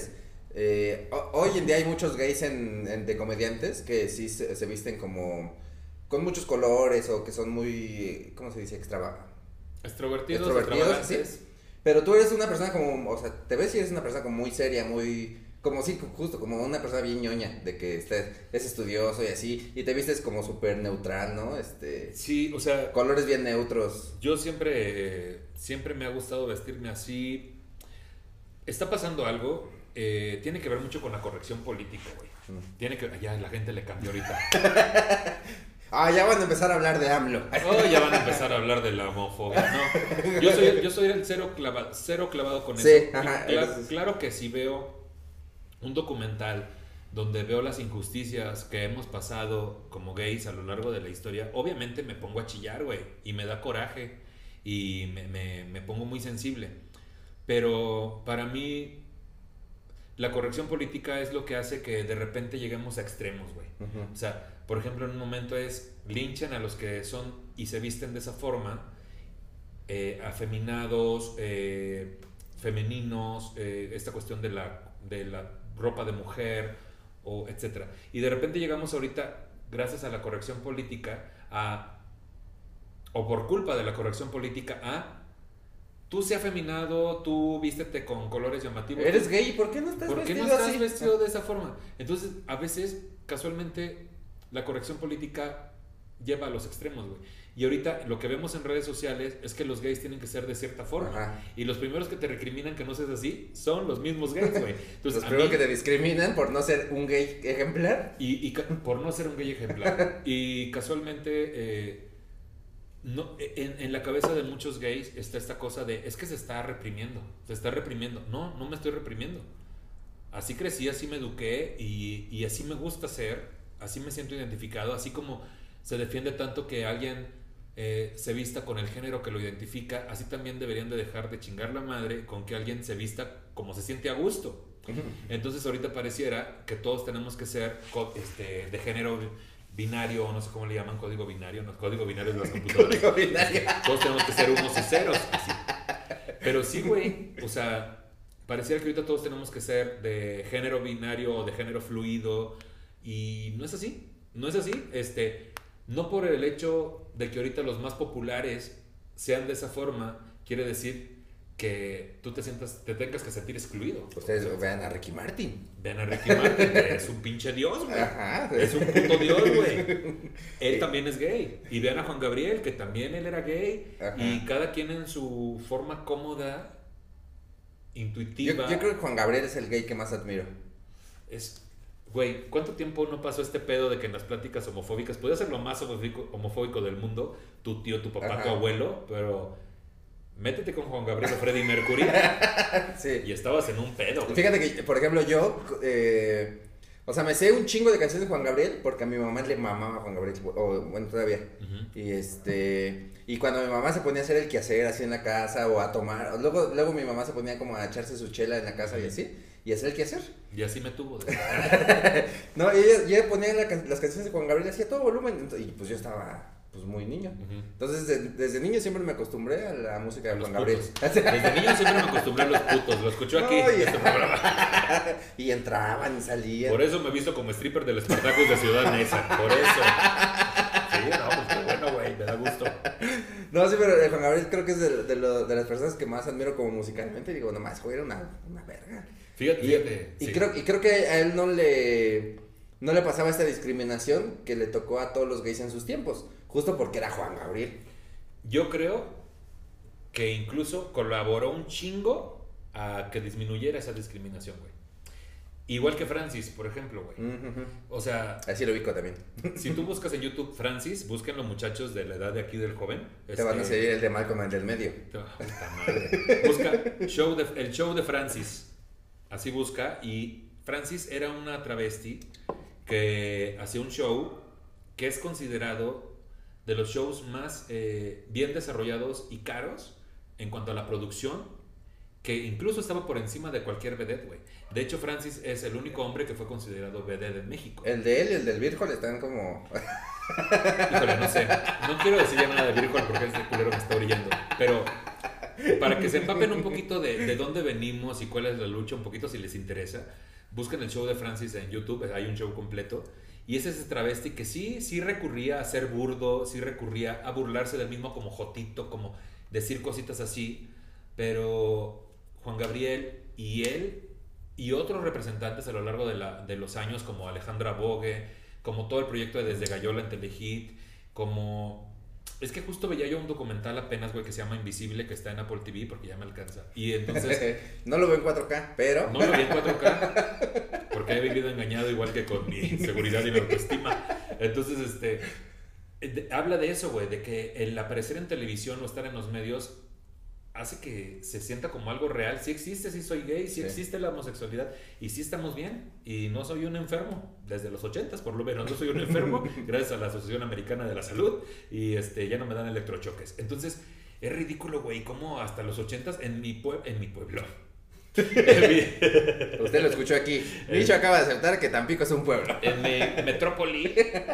Hoy en día hay muchos gays de comediantes que sí se visten como con muchos colores o que son muy, ¿cómo se dice? Extrovertidos, sí. extravagantes. Pero tú eres una persona como, o sea, te ves y eres una persona como muy seria, muy, como sí, justo, como una persona bien ñoña, de que es estudioso y así, y te vistes como súper neutral, ¿no? Sí, o sea, colores bien neutros. yo siempre me ha gustado vestirme así. Está pasando algo, tiene que ver mucho con la corrección política, güey. Ya la gente le cambió ahorita. Ya van a empezar a hablar de AMLO. Ya van a empezar a hablar de la homofobia. No, yo soy el cero clavado con Sí, eso. ajá, Claro que si veo un documental donde veo las injusticias que hemos pasado como gays a lo largo de la historia, obviamente me pongo a chillar, güey, y me da coraje y me pongo muy sensible. Pero para mí la corrección política es lo que hace que de repente lleguemos a extremos, güey. O sea, por ejemplo, en un momento es linchen a los que son y se visten de esa forma, afeminados, femeninos, esta cuestión de la ropa de mujer, o etcétera. Y de repente llegamos ahorita, gracias a la corrección política, o por culpa de la corrección política, tú sé afeminado, tú vístete con colores llamativos. Eres gay, ¿por qué no estás vestido de esa forma? Entonces, a veces, casualmente, la corrección política lleva a los extremos, güey. Y ahorita lo que vemos en redes sociales es que los gays tienen que ser de cierta forma. Ajá. Y los primeros que te recriminan que no seas así son los mismos gays, güey. Entonces, los primeros que te discriminan por no ser un gay ejemplar. Por no ser un gay ejemplar. Y casualmente, en la cabeza de muchos gays está esta cosa de, es que se está reprimiendo. No me estoy reprimiendo. Así crecí, así me eduqué y así me gusta ser, así me siento identificado, así como se defiende tanto que alguien se vista con el género que lo identifica, así también deberían de dejar de chingar la madre con que alguien se vista como se siente a gusto. Entonces ahorita pareciera que todos tenemos que ser de género binario, o no sé cómo le llaman, código binario, no, código binario de las computadoras. Código binario. Todos tenemos que ser unos y ceros, así. Pero sí, güey, o sea, pareciera que ahorita todos tenemos que ser de género binario o de género fluido, y no es así, no por el hecho de que ahorita los más populares sean de esa forma, quiere decir que tú te tengas que sentir excluido. Ustedes vean a Ricky Martin. Vean a Ricky Martin, que es un pinche dios, güey. Ajá. Es un puto dios, güey. Él también es gay. Y vean a Juan Gabriel, que también él era gay. Ajá. Y cada quien en su forma cómoda, intuitiva. Yo creo que Juan Gabriel es el gay que más admiro. Güey, ¿cuánto tiempo no pasó este pedo de que en las pláticas homofóbicas podía ser lo más homofóbico del mundo? Tu tío, tu papá, tu abuelo, pero métete con Juan Gabriel o Freddie Mercury. Sí. Y estabas en un pedo, güey. Fíjate que, por ejemplo, yo, o sea, me sé un chingo de canciones de Juan Gabriel porque a mi mamá le mamaba a Juan Gabriel, o bueno, todavía. Y cuando mi mamá se ponía a hacer el quehacer así en la casa o a tomar, luego mi mamá se ponía como a echarse su chela en la casa y así, y hacer el quehacer. Y así me tuvo. No, y ella ponía las canciones de Juan Gabriel así a todo volumen, y pues yo estaba pues muy niño. Entonces desde niño siempre me acostumbré a la música de Juan Gabriel. Desde niño siempre me acostumbré a los putos. Lo escuchó aquí en este programa. Y entraban y salían. Por eso me he visto como stripper del Spartacus de Ciudad Neza. Por eso. Sí, no, pues qué bueno, güey. Me da gusto. No, sí, pero Juan Gabriel creo que es de las personas que más admiro como musicalmente. Y digo, nomás, güey, era una verga. Fíjate. Y creo que a él no le pasaba esta discriminación que le tocó a todos los gays en sus tiempos. Justo porque era Juan Gabriel. Yo creo que incluso colaboró un chingo a que disminuyera esa discriminación, güey. Igual que Francis, por ejemplo, güey. O sea... Así lo ubico también. Si tú buscas en YouTube Francis, busquen los muchachos de la edad de aquí del joven. Te van a seguir el de Malcolm, el del medio. Puta madre. Busca el show de Francis. Así busca. Y Francis era una travesti que hacía un show que es considerado de los shows más bien desarrollados y caros en cuanto a la producción, que incluso estaba por encima de cualquier vedette, güey. De hecho, Francis es el único hombre que fue considerado vedette en México. El de él y el del Virgol están como... Híjole, no sé. No quiero decir ya nada de Virgol porque es el culero que está brillando. Pero para que se empapen un poquito de dónde venimos y cuál es la lucha, un poquito si les interesa. Busquen el show de Francis en YouTube, hay un show completo. Y es ese travesti que sí recurría a ser burdo, sí recurría a burlarse del mismo como jotito, como decir cositas así. Pero Juan Gabriel y él y otros representantes a lo largo de los años, como Alejandra Bogue, como todo el proyecto de Desde Gallola en Telehit, como... Es que justo veía yo un documental apenas, güey, que se llama Invisible, que está en Apple TV, porque ya me alcanza. Y entonces... No lo veo en 4K, pero... No lo vi en 4K, porque he vivido engañado igual que con mi seguridad y mi autoestima. Entonces, habla de eso, güey, de que el aparecer en televisión o estar en los medios hace que se sienta como algo real. Sí existe, sí soy gay, sí existe la homosexualidad y sí estamos bien y no soy un enfermo desde los 80s por lo menos, no soy un enfermo gracias a la Asociación Americana de la Salud y ya no me dan electrochoques. Entonces es ridículo, güey, como hasta los 80s en mi pueblo usted lo escuchó aquí. Micho acaba de aceptar que Tampico es un pueblo. En mi metrópoli.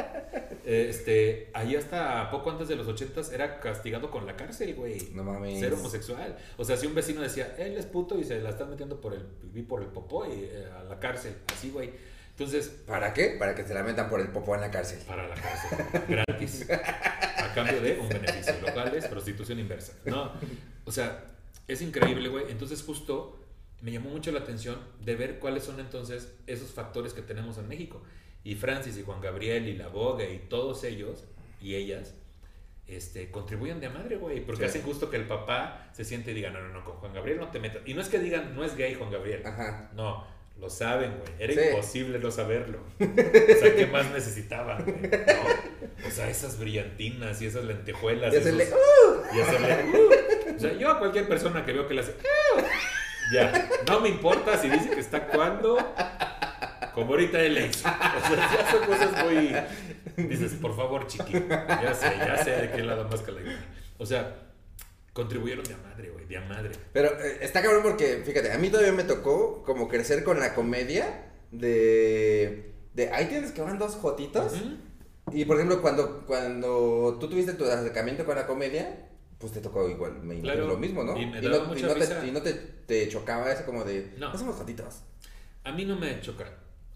Ahí hasta poco antes de los 80s era castigado con la cárcel, güey. No mames. Ser homosexual. O sea, si un vecino decía, él es puto y se la están metiendo por el popó y a la cárcel. Así, güey. Entonces. ¿Para qué? Para que se la metan por el popó en la cárcel. Para la cárcel. Gratis. A cambio de un beneficio. Locales, prostitución inversa. No. O sea, es increíble, güey. Entonces, justo me llamó mucho la atención de ver cuáles son entonces esos factores que tenemos en México. Y Francis y Juan Gabriel y La Vogue y todos ellos y ellas contribuyen de a madre, güey, porque hacen justo que el papá se siente y diga, no, con Juan Gabriel no te metas. Y no es que digan, no es gay Juan Gabriel. Ajá. No, lo saben, güey. Era imposible no saberlo. O sea, ¿qué más necesitaban, güey? No. O sea, esas brillantinas y esas lentejuelas. Y hacerle, Y hacerle, O sea, yo a cualquier persona que veo que le hace, ya, no me importa si dice que está actuando como ahorita él es. O sea, ya son cosas muy... Dices, por favor, chiqui, ya sé de qué lado más que la guitarra. O sea, contribuyeron de a madre, güey, de a madre. Pero está cabrón porque, fíjate, a mí todavía me tocó como crecer con la comedia de ahí tienes que van dos jotitos. Y, por ejemplo, cuando tú tuviste tu acercamiento con la comedia... Pues te tocó igual, me imagino lo mismo, ¿no? Y me daba mucha risa. Y no te chocaba eso como de, no somos jotitos. A mí no me choca,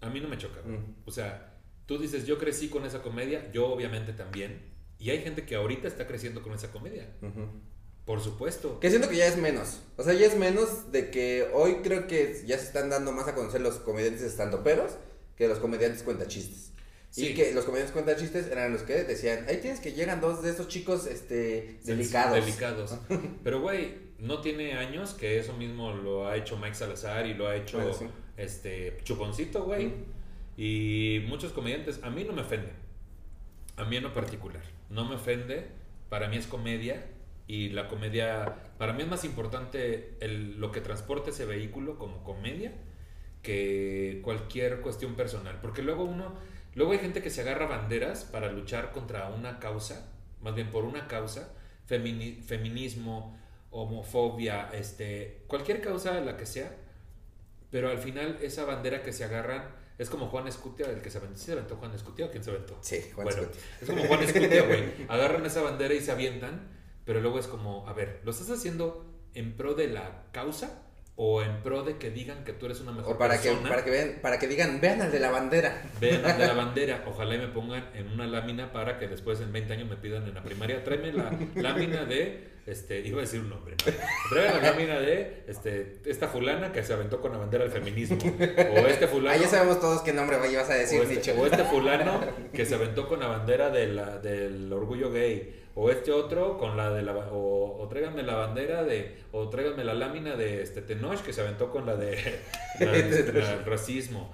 O sea, tú dices, yo crecí con esa comedia, yo obviamente también. Y hay gente que ahorita está creciendo con esa comedia. Por supuesto. Que siento que ya es menos. O sea, ya es menos de que hoy creo que ya se están dando más a conocer los comediantes estandoperos que los comediantes cuentachistes. Sí. Y que los comediantes cuentachistes eran los que decían, ahí tienes que llegan dos de esos chicos delicados. Pero güey, no tiene años que eso mismo lo ha hecho Mike Salazar y lo ha hecho Chuponcito, güey. Y muchos comediantes, a mí no me ofende. A mí en lo particular, no me ofende. Para mí es comedia y la comedia, para mí es más importante lo que transporta ese vehículo como comedia que cualquier cuestión personal. Porque luego hay gente que se agarra banderas para luchar contra una causa, más bien por una causa, feminismo, homofobia, cualquier causa, la que sea, pero al final esa bandera que se agarran es como Juan Escutia, el que se aventó. ¿Sí se aventó Juan Escutia o quién se aventó? Sí, Juan Escutia. Es como Juan Escutia, güey. Agarran esa bandera y se avientan, pero luego es como, a ver, ¿lo estás haciendo en pro de la causa? O en pro de que digan que tú eres una mejor persona. Para que digan, vean al de la bandera. Vean al de la bandera. Ojalá y me pongan en una lámina para que después en 20 años me pidan en la primaria, tráeme la lámina de, iba a decir un nombre, ¿no? Tráeme la lámina de, esta fulana que se aventó con la bandera del feminismo. O este fulano. Ya sabemos todos qué nombre ibas a decir, Nicho. O este fulano que se aventó con la bandera del orgullo gay. O otro con la de o tráiganme la bandera o tráiganme la lámina de Tenoch que se aventó con la de la racismo.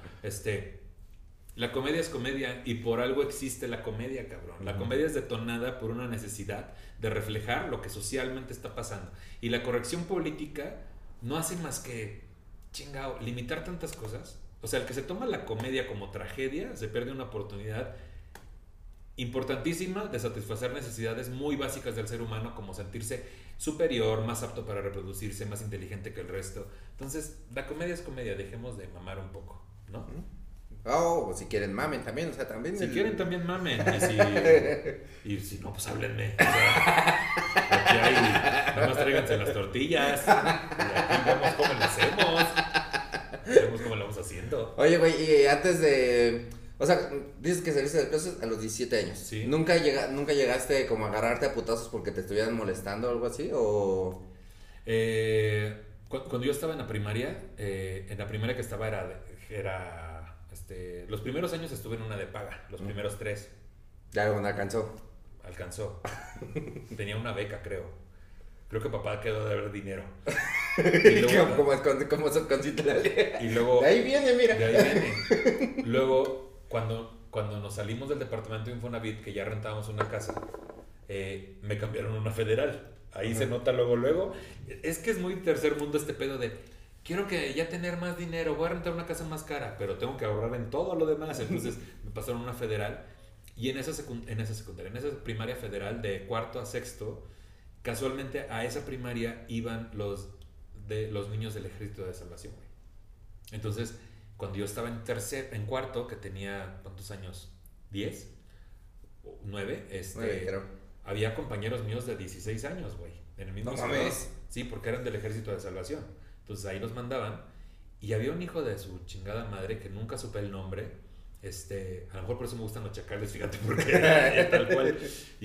La comedia es comedia y por algo existe la comedia, cabrón. La comedia es detonada por una necesidad de reflejar lo que socialmente está pasando. Y la corrección política no hace más que, limitar tantas cosas. O sea, el que se toma la comedia como tragedia se pierde una oportunidad importantísima de satisfacer necesidades muy básicas del ser humano, como sentirse superior, más apto para reproducirse, más inteligente que el resto. Entonces, la comedia es comedia, dejemos de mamar un poco, ¿no? Oh, si quieren mamen también, o sea, también. Si quieren también mamen, y si no, pues háblenme. O sea, aquí hay, nada más tráiganse las tortillas, y aquí vemos cómo le hacemos. Vemos cómo lo vamos haciendo. Oye, güey, y antes de... O sea, dices que saliste del closet a los 17 años. Sí. ¿Nunca llegaste como a agarrarte a putazos porque te estuvieran molestando o algo así? ¿O...? Cuando yo estaba en la primaria que estaba los primeros años estuve en una de paga, los primeros 3. Ya no alcanzó. Alcanzó. Tenía una beca, creo. Creo que papá quedó de haber dinero. Y luego, como subconsciente. Y luego... De ahí viene, mira. De ahí viene. Luego, cuando nos salimos del departamento de Infonavit, que ya rentábamos una casa, me cambiaron a una federal. Ahí se nota luego. Es que es muy tercer mundo este pedo de... Quiero que ya tener más dinero, voy a rentar una casa más cara, pero tengo que ahorrar en todo lo demás. Entonces me pasaron a una federal. Y en esa primaria federal de cuarto a sexto, casualmente a esa primaria iban los niños del Ejército de Salvación, güey. Entonces, cuando yo estaba en cuarto, que tenía, ¿cuántos años? ¿10? ¿9? 9, creo. Había compañeros míos de 16 años, güey, en el mismo ¿No salón. mames? Sí, porque eran del Ejército de Salvación. Entonces ahí los mandaban. Y había un hijo de su chingada madre que nunca supe el nombre. A lo mejor por eso me gustan los chacales, fíjate, porque tal cual.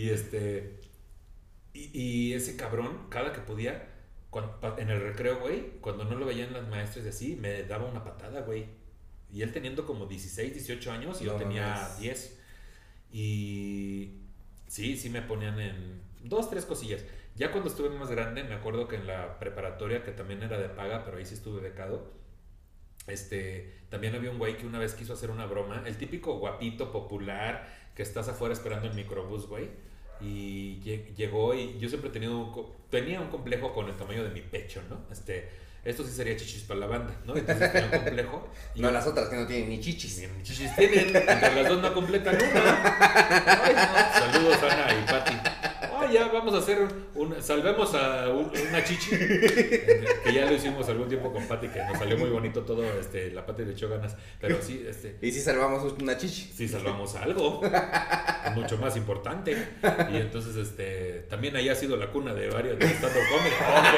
Y ese cabrón, cada que podía, en el recreo, güey, cuando no lo veían las maestras y así, me daba una patada, güey. Y él teniendo como 16, 18 años y yo tenía 10. Y sí me ponían en 2, 3 cosillas. Ya cuando estuve más grande, me acuerdo que en la preparatoria, que también era de paga, pero ahí sí estuve becado, también había un güey que una vez quiso hacer una broma, el típico guapito popular que estás afuera esperando el microbús, güey, y llegó y yo siempre tenía un complejo con el tamaño de mi pecho, ¿no? Esto sí sería chichis para la banda, ¿no? Entonces tenía un complejo. No, las otras que no tienen ni chichis. Ni chichis tienen, entre las dos no completan una. Ay, no. Saludos Ana y Pati. Ya vamos a hacer salvemos a una chichi, que ya lo hicimos algún tiempo con Pati, que nos salió muy bonito todo, la Pati le echó ganas, pero sí, ¿Y si salvamos una chichi? Sí, salvamos algo, mucho más importante, y entonces, también ahí ha sido la cuna de varios de stand-up comedy,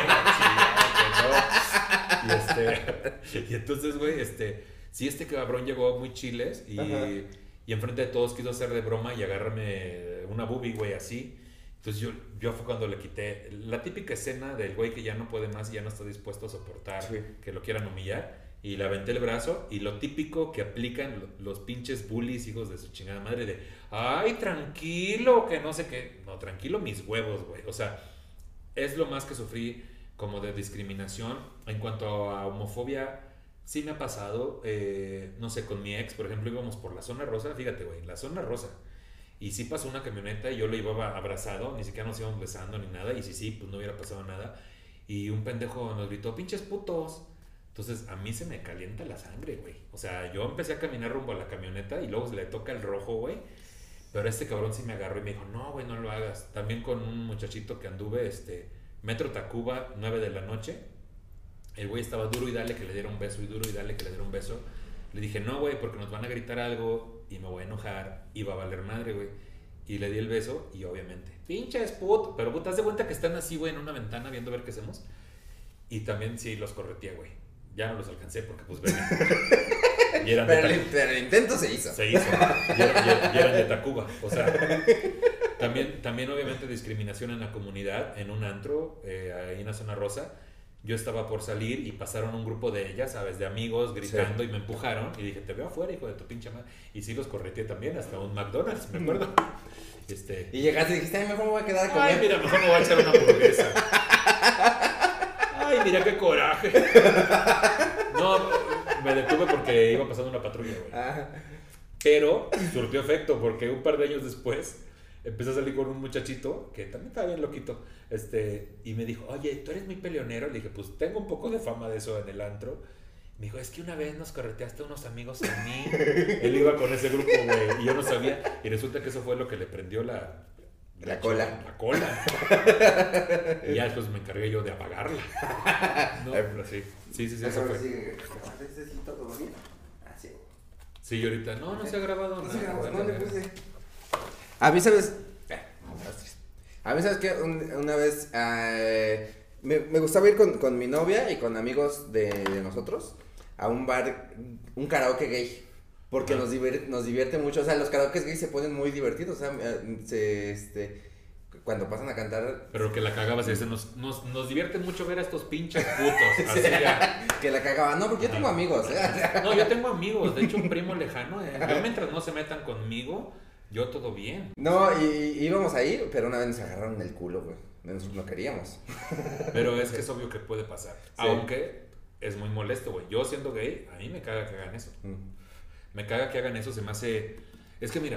y entonces, güey, sí, cabrón llegó muy chiles, y enfrente de todos quiso hacer de broma y agarrarme una boobie, güey, así. Entonces yo fue cuando le quité la típica escena del güey que ya no puede más y ya no está dispuesto a soportar que lo quieran humillar, y le aventé el brazo, y lo típico que aplican los pinches bullies, hijos de su chingada madre, de ay, tranquilo, que no sé qué. No, tranquilo mis huevos, güey. O sea, es lo más que sufrí como de discriminación. En cuanto a homofobia, sí me ha pasado, no sé, con mi ex, por ejemplo, íbamos por la zona rosa, fíjate, güey, la zona rosa. Y sí pasó una camioneta y yo lo llevaba abrazado, ni siquiera nos íbamos besando ni nada. Y sí, pues no hubiera pasado nada. Y un pendejo nos gritó, pinches putos. Entonces a mí se me calienta la sangre, güey. O sea, yo empecé a caminar rumbo a la camioneta y luego se le toca el rojo, güey. Pero cabrón sí me agarró y me dijo, no, güey, no lo hagas. También con un muchachito que anduve, Metro Tacuba, 9 de la noche. El güey estaba duro y dale que le diera un beso, y duro y dale que le diera un beso. Le dije, no, güey, porque nos van a gritar algo y me voy a enojar y va a valer madre, güey. Y le di el beso y obviamente, pinches puto. Pero puta, haz de cuenta que están así, güey, en una ventana viendo a ver qué hacemos. Y también sí los correteé, güey. Ya no los alcancé porque pues ven. Pero el intento se hizo. Se hizo. Y eran de Tacuba. O sea, también obviamente discriminación en la comunidad, en un antro, ahí en la zona rosa. Yo estaba por salir y pasaron un grupo de, ya sabes, de amigos gritando, y me empujaron y dije, te veo afuera, hijo de tu pinche madre. Y sí los correteé también hasta un McDonald's, me acuerdo. Y llegaste y dijiste, ay, mejor me voy a quedar a comer. Ay, mira, mejor me voy a echar una hamburguesa. Ay, mira qué coraje. No, me detuve porque iba pasando una patrulla, güey. Pero surtió efecto porque un par de años después empecé a salir con un muchachito que también estaba bien loquito, y me dijo, oye, ¿tú eres muy peleonero? Le dije, pues tengo un poco de fama de eso en el antro. Me dijo, es que una vez nos correteaste unos amigos a mí. Él iba con ese grupo, güey, y yo no sabía, y resulta que eso fue lo que le prendió la cola. La cola. Y ya después me encargué yo de apagarla. No, pero sí, eso fue. Sí, y ahorita, no se ha grabado nada. No le puse. A mí, ¿sabes? A mí, ¿sabes qué? Una vez me gustaba ir con mi novia y con amigos de nosotros a un bar, un karaoke gay. Porque nos divierte mucho, o sea, los karaokes gays se ponen muy divertidos, o sea, cuando pasan a cantar... Pero que la cagabas y nos divierte mucho ver a estos pinches putos, así ya. Que la cagaban, no, porque yo tengo amigos, No, yo tengo amigos, de hecho un primo lejano, yo mientras no se metan conmigo, yo todo bien. No, y íbamos a ir, pero una vez nos agarraron el culo, güey, nosotros no queríamos. Pero es que es obvio que puede pasar, sí. Aunque es muy molesto, güey, yo siendo gay, a mí me caga que hagan eso. Me caga que hagan eso, se me hace... Es que mira,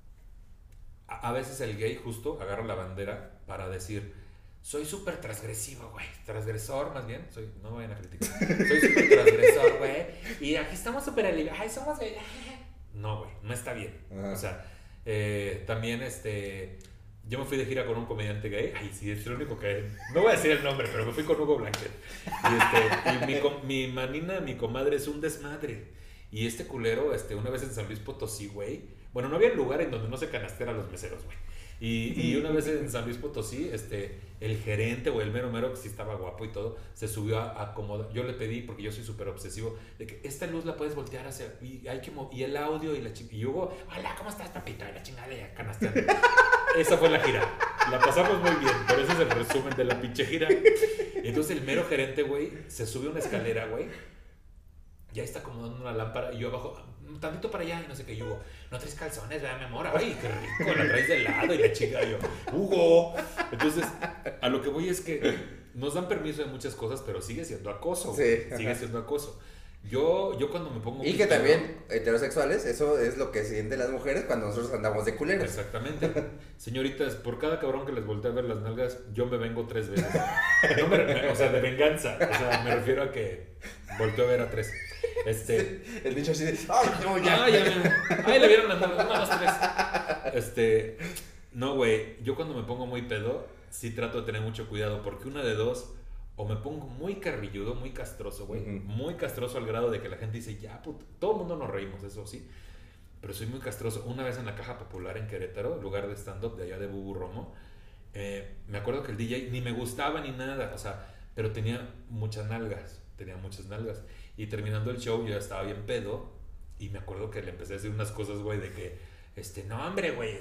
a veces el gay justo agarra la bandera para decir, soy súper transgresivo, güey, transgresor más bien, no me vayan a criticar, soy súper transgresor, güey, y aquí estamos súper aliviados, ay, somos gay. No, güey, no está bien. O sea, también yo me fui de gira con un comediante gay, ay, sí, es lo único que... No voy a decir el nombre, pero me fui con Hugo Blanquet. Y mi manina, mi comadre, es un desmadre. Y este culero, una vez en San Luis Potosí, güey. Bueno, no había lugar en donde no se canastera a los meseros, güey. Y una vez en San Luis Potosí, el gerente o el mero mero, que sí estaba guapo y todo, se subió a acomodar. Yo le pedí, porque yo soy súper obsesivo, de que esta luz la puedes voltear hacia... Y el audio y la chica... Y Hugo, hola, ¿cómo estás, papito? Y la chingada ya canasteando. Esa fue la gira. La pasamos muy bien, pero ese es el resumen de la pinche gira. Entonces el mero gerente, güey, se sube a una escalera, güey. Ya está acomodando una lámpara y yo abajo, tantito para allá y no sé qué. Y Hugo, no traes calzones, ¿verdad, mi amor? Ay, qué rico, la traes de lado y la chica. Y yo, Hugo. Entonces, a lo que voy es que nos dan permiso de muchas cosas, pero sigue siendo acoso. Sí. Sigue siendo acoso. Yo cuando me pongo... Y que también, heterosexuales, eso es lo que sienten las mujeres cuando nosotros andamos de culeros. Exactamente. Señoritas, por cada cabrón que les voltee a ver las nalgas, yo me vengo 3 veces. O sea, de venganza. O sea, me refiero a que volteo a ver a 3. El bicho así de... ¡Ay, no, ya! ¡Ay, le vieron las nalgas! 1, 2, 3. No, güey. Yo cuando me pongo muy pedo, sí trato de tener mucho cuidado. Porque una de dos... O me pongo muy carrilludo, muy castroso, güey. Muy castroso al grado de que la gente dice, ya, puto. Todo el mundo nos reímos, eso sí. Pero soy muy castroso. Una vez en la Caja Popular en Querétaro, lugar de stand-up de allá de Bubu Romo, me acuerdo que el DJ ni me gustaba ni nada, o sea, pero tenía muchas nalgas. Y terminando el show, yo ya estaba bien pedo. Y me acuerdo que le empecé a decir unas cosas, güey, de que, no, hombre, güey,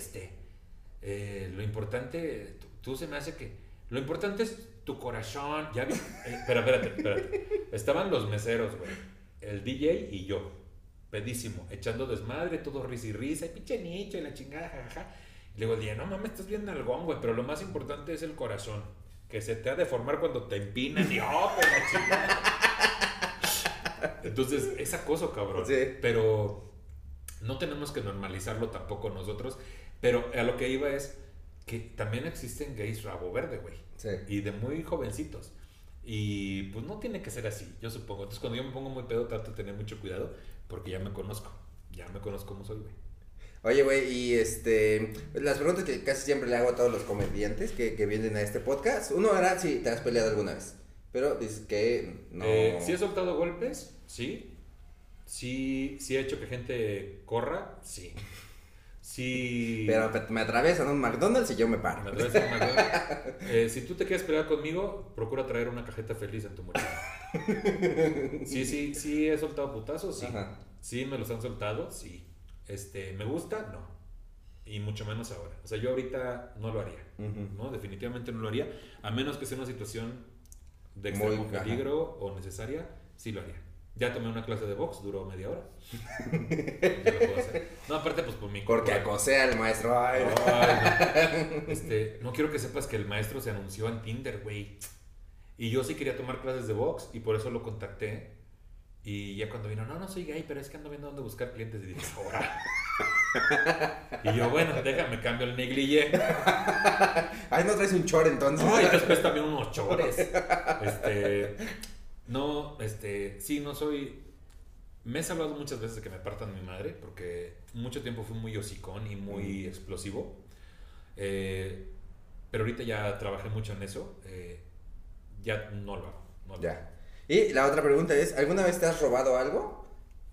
lo importante, tú se me hace que, lo importante es tu corazón, ya vi, pero espérate, estaban los meseros, güey, el DJ y yo, pedísimo, echando desmadre, todo risa y risa, y pinche nicho y la chingada, jajaja. Y luego dije, no mames, estás bien nalgón, güey, pero lo más importante es el corazón, que se te ha de formar cuando te empinan, y pues la chingada. Entonces, es acoso, cabrón, sí. Pero no tenemos que normalizarlo tampoco nosotros, pero a lo que iba es que también existen gays rabo verde, güey. Sí. Y de muy jovencitos. Y pues no tiene que ser así, yo supongo. Entonces cuando yo me pongo muy pedo trato de tener mucho cuidado porque ya me conozco cómo soy, güey. Oye, güey, y las preguntas que casi siempre le hago a todos los comediantes que vienen a este podcast. Uno era si te has peleado alguna vez, pero dices que no. Sí he soltado golpes, sí. Sí he hecho que gente corra, sí. Sí. Pero me atraviesan un McDonald's y yo me paro. Si tú te quieres pelear conmigo, procura traer una cajeta feliz en tu mochila. Sí he soltado putazos, sí. Ajá. Sí me los han soltado, sí. ¿Me gusta? No. Y mucho menos ahora. O sea, yo ahorita no lo haría. ¿No? Definitivamente no lo haría. A menos que sea una situación de extremo peligro o necesaria, sí lo haría. Ya tomé una clase de box, duró media hora. Ya lo puedo hacer. No, aparte, pues por mi... Porque acosé al maestro. Ay, no. No quiero que sepas que el maestro se anunció en Tinder, güey. Y yo sí quería tomar clases de box y por eso lo contacté. Y ya cuando vino, no soy gay, pero es que ando viendo dónde buscar clientes. Y dije, ahora. Y yo, bueno, déjame cambio el negligé. Ay, ¿no traes un chor entonces? No, y después también unos chores. No, sí, no soy... Me he salvado muchas veces de que me partan mi madre, porque mucho tiempo fui muy hocicón y muy explosivo. Pero ahorita ya trabajé mucho en eso. Ya no lo hago. Ya. Y la otra pregunta es, ¿alguna vez te has robado algo?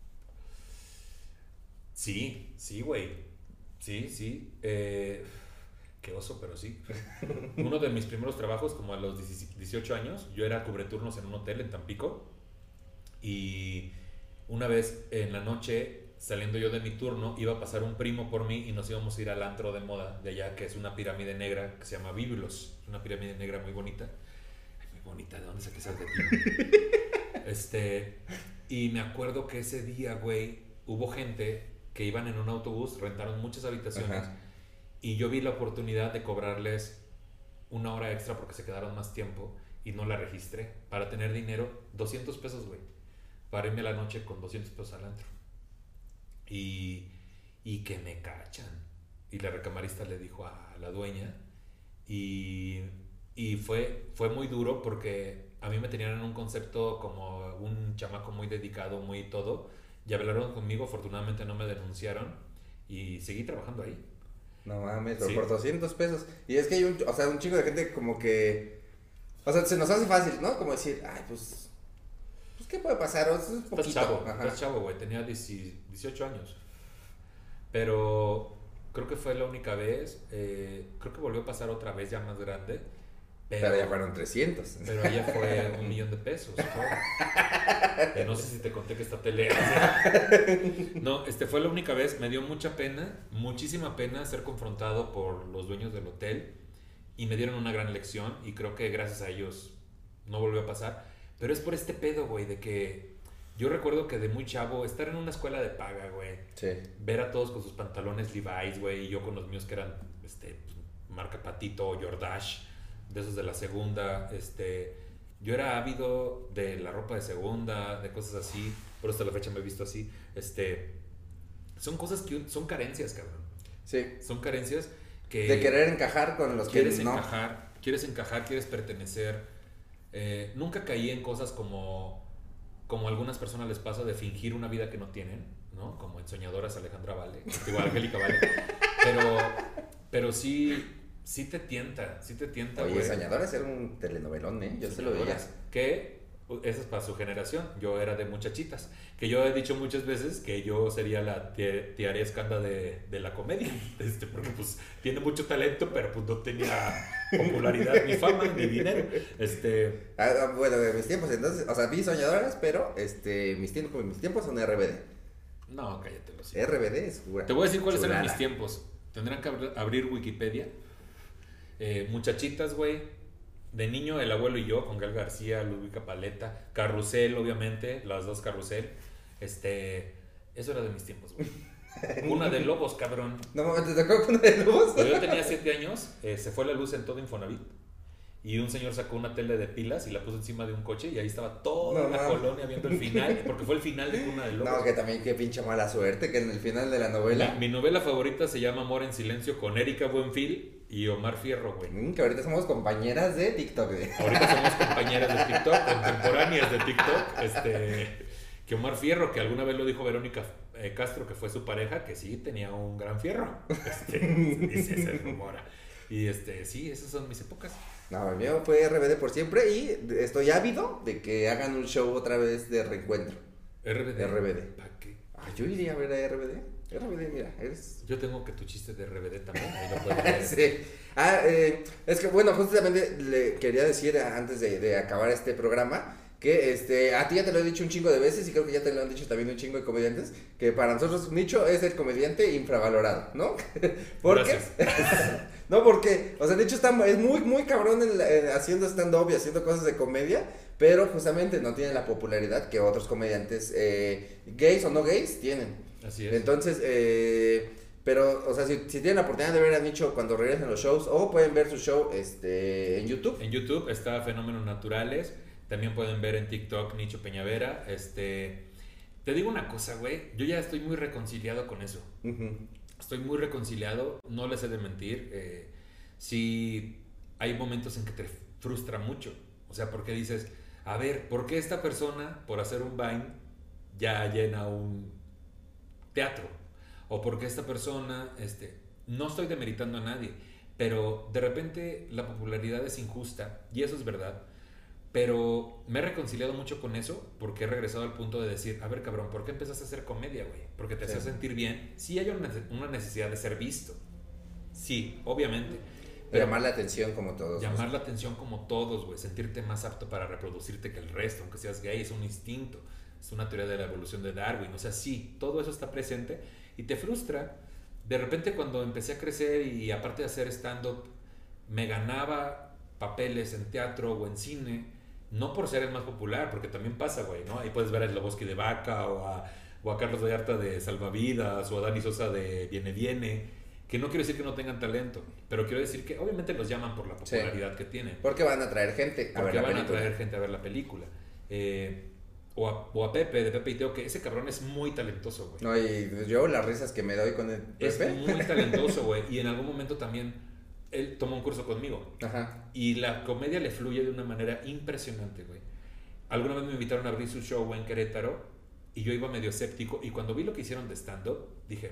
Sí, güey. Sí. Qué oso, pero sí. Uno de mis primeros trabajos, como a los 18 años, yo era cubreturnos en un hotel en Tampico. Y una vez en la noche, saliendo yo de mi turno, iba a pasar un primo por mí y nos íbamos a ir al antro de moda de allá, que es una pirámide negra que se llama Biblos. Una pirámide negra muy bonita. Ay, muy bonita, ¿de dónde saqué ese adjetivo? Y me acuerdo que ese día, güey, hubo gente que iban en un autobús, rentaron muchas habitaciones. Ajá. Y yo vi la oportunidad de cobrarles una hora extra porque se quedaron más tiempo y no la registré. Para tener dinero, 200 pesos, güey. Para irme a la noche con 200 pesos al antro. Y que me cachan. Y la recamarista le dijo a la dueña. Y fue muy duro porque a mí me tenían en un concepto como un chamaco muy dedicado, muy todo. Y hablaron conmigo, afortunadamente no me denunciaron. Y seguí trabajando ahí. No mames, pero Sí. por 200 pesos. Y es que hay un chico de gente como que, o sea, se nos hace fácil, ¿no? Como decir, ay, pues ¿qué puede pasar? O sea, es poquito. Estás chavo, güey. Tenía 18 años. Pero creo que fue la única vez. Creo que volvió a pasar otra vez ya más grande. Pero ya fueron 300. Pero ella fue $1,000,000 de pesos. No sé si te conté que esta tele. No, fue la única vez. Me dio mucha pena, muchísima pena ser confrontado por los dueños del hotel. Y me dieron una gran lección. Y creo que gracias a ellos no volvió a pasar. Pero es por este pedo, güey, de que yo recuerdo que de muy chavo, estar en una escuela de paga, güey. Sí. Ver a todos con sus pantalones Levi's, güey, y yo con los míos que eran, marca Patito o Jordache, de esos de la segunda, yo era ávido de la ropa de segunda, de cosas así, por hasta la fecha me he visto así, son cosas que, son carencias, cabrón. Sí. Son carencias que... De querer encajar con los que no. Quieres encajar, quieres pertenecer. Nunca caí en cosas como a algunas personas les pasa de fingir una vida que no tienen, ¿no? Como en Soñadoras Alejandra Vale, digo Angélica Vale. Pero sí te tienta, Oye, güey. Soñadoras era un telenovelón, ¿eh? Yo se lo veía. Que esa es para su generación. Yo era de muchachitas. Que yo he dicho muchas veces que yo sería la tía Escanda de la comedia. Porque pues tiene mucho talento, pero pues no tenía popularidad, ni fama, ni dinero. Bueno, de mis tiempos entonces, o sea, vi Soñadoras, pero mis tiempos son RBD. No, cállate los hijos. RBD es Te voy a decir cuáles chulada. eran mis tiempos. Tendrán que abrir Wikipedia. Muchachitas, güey. De niño, el abuelo y yo, con Gal García, Ludwika Paleta, Carrusel, obviamente, las dos Carrusel. Eso era de mis tiempos, güey. Cuna de Lobos, cabrón. No mames, ¿te tocó Cuna de Lobos? Cuando yo tenía 7 años, se fue la luz en todo Infonavit. Y un señor sacó una tele de pilas y la puso encima de un coche y ahí estaba toda la colonia viendo el final, porque fue el final de Cuna de Lobos. No, que también qué pinche mala suerte que en el final de la novela. Mi novela favorita se llama Amor en Silencio con Erika Buenfil y Omar Fierro, güey. Que ahorita somos compañeras de TikTok, güey. Ahorita somos compañeras de TikTok, contemporáneas de TikTok. Que Omar Fierro, que alguna vez lo dijo Verónica Castro, que fue su pareja, que sí tenía un gran fierro. Dice, se rumora. Y sí, esas son mis épocas. No, el mío fue RBD por siempre y estoy ávido de que hagan un show otra vez de reencuentro. RBD. ¿Para qué? Yo iría a ver a RBD. RBD, mira, Yo tengo que tu chiste de RBD también, ahí lo puedo ver. Sí. Es que bueno, justamente le quería decir antes de acabar este programa que a ti ya te lo he dicho un chingo de veces y creo que ya te lo han dicho también un chingo de comediantes, que para nosotros Nicho es el comediante infravalorado, ¿no? ¿Por qué? No, porque, o sea, Nicho es muy, muy cabrón haciendo stand-up y haciendo cosas de comedia, pero justamente no tiene la popularidad que otros comediantes, gays o no gays, tienen. Así es. Entonces, pero, o sea, si tienen la oportunidad de ver a Nicho cuando regresen los shows, o pueden ver su show en YouTube. En YouTube está Fenómenos Naturales. También pueden ver en TikTok Nicho Peñavera. Te digo una cosa, güey. Yo ya estoy muy reconciliado con eso. Uh-huh. Estoy muy reconciliado. No les he de mentir. Sí, hay momentos en que te frustra mucho. O sea, porque dices, a ver, ¿por qué esta persona, por hacer un Vine, ya llena un teatro? O por qué esta persona, no estoy demeritando a nadie, pero de repente la popularidad es injusta, y eso es verdad. Pero me he reconciliado mucho con eso porque he regresado al punto de decir, a ver, cabrón, ¿por qué empezaste a hacer comedia, güey? Porque te hacía sentir bien. Sí hay una necesidad de ser visto. Sí, obviamente. Pero llamar la atención como todos. Llamar la atención como todos, güey. Sentirte más apto para reproducirte que el resto, aunque seas gay, es un instinto. es una teoría de la evolución de Darwin. O sea, sí, todo eso está presente y te frustra. De repente cuando empecé a crecer y aparte de hacer stand-up, me ganaba papeles en teatro o en cine, no por ser el más popular, porque también pasa, güey, ¿no? Ahí puedes ver a Sloboski de Vaca o a Carlos Vallarta de Salvavidas o a Dani Sosa de Viene Viene, que no quiero decir que no tengan talento, pero quiero decir que obviamente los llaman por la popularidad que tienen. Porque van a traer gente a ver la película. Porque van a traer gente a ver la película. O a Pepe, de Pepe y Teo, que ese cabrón es muy talentoso, güey. No, y yo las risas que me doy con el Pepe. Es muy talentoso, güey. Y en algún momento también él tomó un curso conmigo. Ajá. Y la comedia le fluye de una manera impresionante, güey. Alguna vez me invitaron a abrir su show en Querétaro y yo iba medio escéptico. Y cuando vi lo que hicieron de stand-up, dije,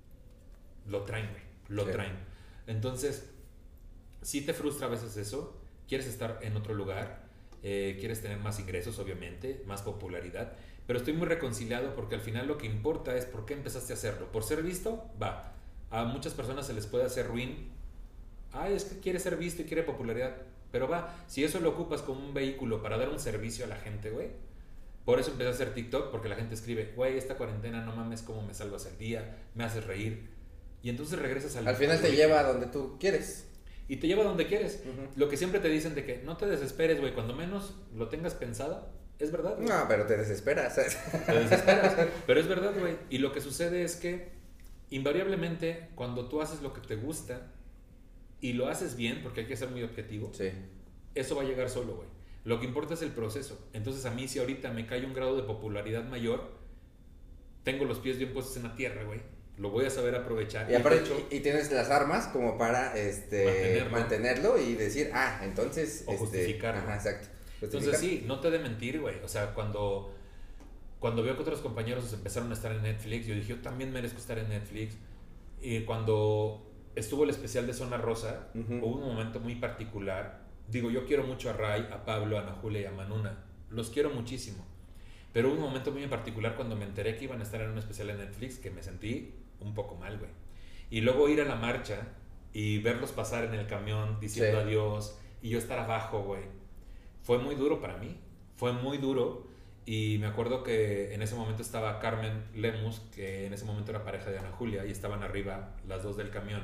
lo traen, güey. Lo traen. Entonces, sí te frustra a veces eso. Quieres estar en otro lugar. Quieres tener más ingresos, obviamente, más popularidad, pero estoy muy reconciliado porque al final lo que importa es por qué empezaste a hacerlo. Por ser visto, va. A muchas personas se les puede hacer ruin. Ay, es que quiere ser visto y quiere popularidad, pero va. Si eso lo ocupas como un vehículo para dar un servicio a la gente, güey. Por eso empecé a hacer TikTok, porque la gente escribe, güey, esta cuarentena, no mames cómo me salvas el día, me haces reír. Y entonces regresas al final te lleva a donde tú quieres. Y te lleva donde quieres. Lo que siempre te dicen de que no te desesperes, güey. Cuando menos lo tengas pensado, es verdad, güey. No, pero te desesperas. Te desesperas. Pero es verdad, güey. Y lo que sucede es que, invariablemente, cuando tú haces lo que te gusta y lo haces bien, porque hay que ser muy objetivo, sí, eso va a llegar solo, güey. Lo que importa es el proceso. Entonces, a mí, si ahorita me cae un grado de popularidad mayor, tengo los pies bien puestos en la tierra, güey. Lo voy a saber aprovechar. Y aparte, y tienes las armas como para mantenerlo y decir, entonces... O justificarlo. Ajá, exacto. Entonces sí, no te de mentir, güey. O sea, cuando veo que otros compañeros empezaron a estar en Netflix, yo dije, yo también merezco estar en Netflix. Y cuando estuvo el especial de Zona Rosa, hubo un momento muy particular. Digo, yo quiero mucho a Ray, a Pablo, a Ana Julia y a Manuna. Los quiero muchísimo. Pero hubo un momento muy en particular cuando me enteré que iban a estar en un especial en Netflix que me sentí un poco mal, güey. Y luego ir a la marcha y verlos pasar en el camión diciendo adiós y yo estar abajo, güey. Fue muy duro para mí. Fue muy duro. Y me acuerdo que en ese momento estaba Carmen Lemus, que en ese momento era pareja de Ana Julia, y estaban arriba las dos del camión.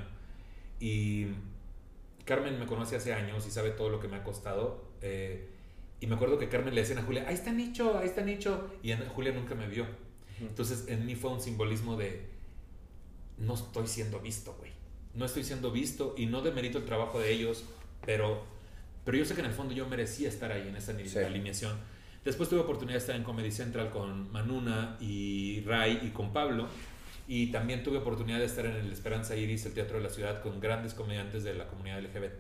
Y Carmen me conoce hace años y sabe todo lo que me ha costado. Y me acuerdo que Carmen le decía a Ana Julia, ahí está Nicho, ahí está Nicho. Y Ana Julia nunca me vio. Entonces en mí fue un simbolismo de no estoy siendo visto, güey. No estoy siendo visto y no demerito el trabajo de ellos, pero yo sé que en el fondo yo merecía estar ahí en esa alineación. Después tuve oportunidad de estar en Comedy Central con Manuna y Ray y con Pablo. Y también tuve oportunidad de estar en el Esperanza Iris, el Teatro de la Ciudad, con grandes comediantes de la comunidad LGBT.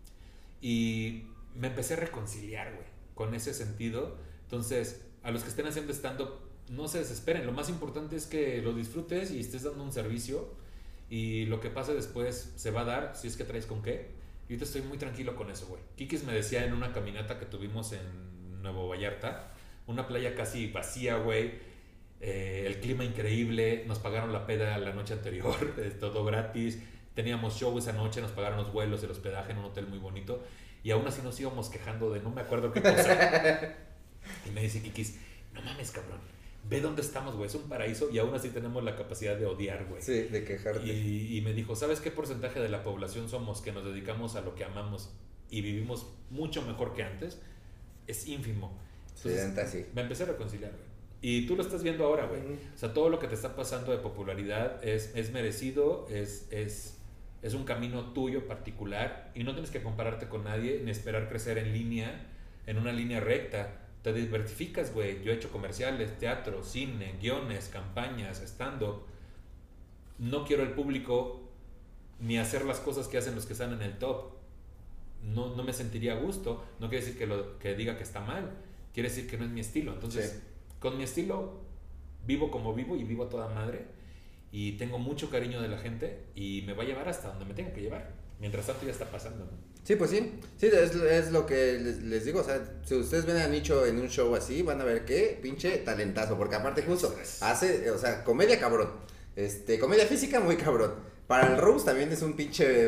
Y me empecé a reconciliar, güey, con ese sentido. Entonces, a los que estén haciendo stand-up, no se desesperen. Lo más importante es que lo disfrutes y estés dando un servicio. Y lo que pase después se va a dar, si es que traes con qué. Y ahorita estoy muy tranquilo con eso, güey. Kikis me decía en una caminata que tuvimos en Nuevo Vallarta, una playa casi vacía, güey. El clima increíble. Nos pagaron la peda la noche anterior, todo gratis. Teníamos show esa noche, nos pagaron los vuelos, el hospedaje en un hotel muy bonito. Y aún así nos íbamos quejando de no me acuerdo qué cosa. Y me dice Kikis, no mames, cabrón, ve dónde estamos, güey, es un paraíso y aún así tenemos la capacidad de odiar, güey. Sí, de quejarte. Y me dijo, ¿sabes qué porcentaje de la población somos que nos dedicamos a lo que amamos y vivimos mucho mejor que antes? Es ínfimo. Entonces, sí. Me empecé a reconciliar, güey. Y tú lo estás viendo ahora, güey. O sea, todo lo que te está pasando de popularidad es merecido, es un camino tuyo particular y no tienes que compararte con nadie ni esperar crecer en una línea recta. Te diversificas, güey. Yo he hecho comerciales, teatro, cine, guiones, campañas, stand-up. No quiero el público ni hacer las cosas que hacen los que están en el top. No me sentiría a gusto. No quiere decir que diga que está mal. Quiere decir que no es mi estilo. Entonces, con mi estilo vivo como vivo y vivo a toda madre. Y tengo mucho cariño de la gente y me va a llevar hasta donde me tenga que llevar. Mientras tanto ya está pasando, ¿no? Sí, pues sí. Sí, es lo que les digo. O sea, si ustedes ven a Nicho en un show así, van a ver qué pinche talentazo. Porque aparte justo hace, o sea, comedia cabrón. Comedia física muy cabrón. Para el roast también es un pinche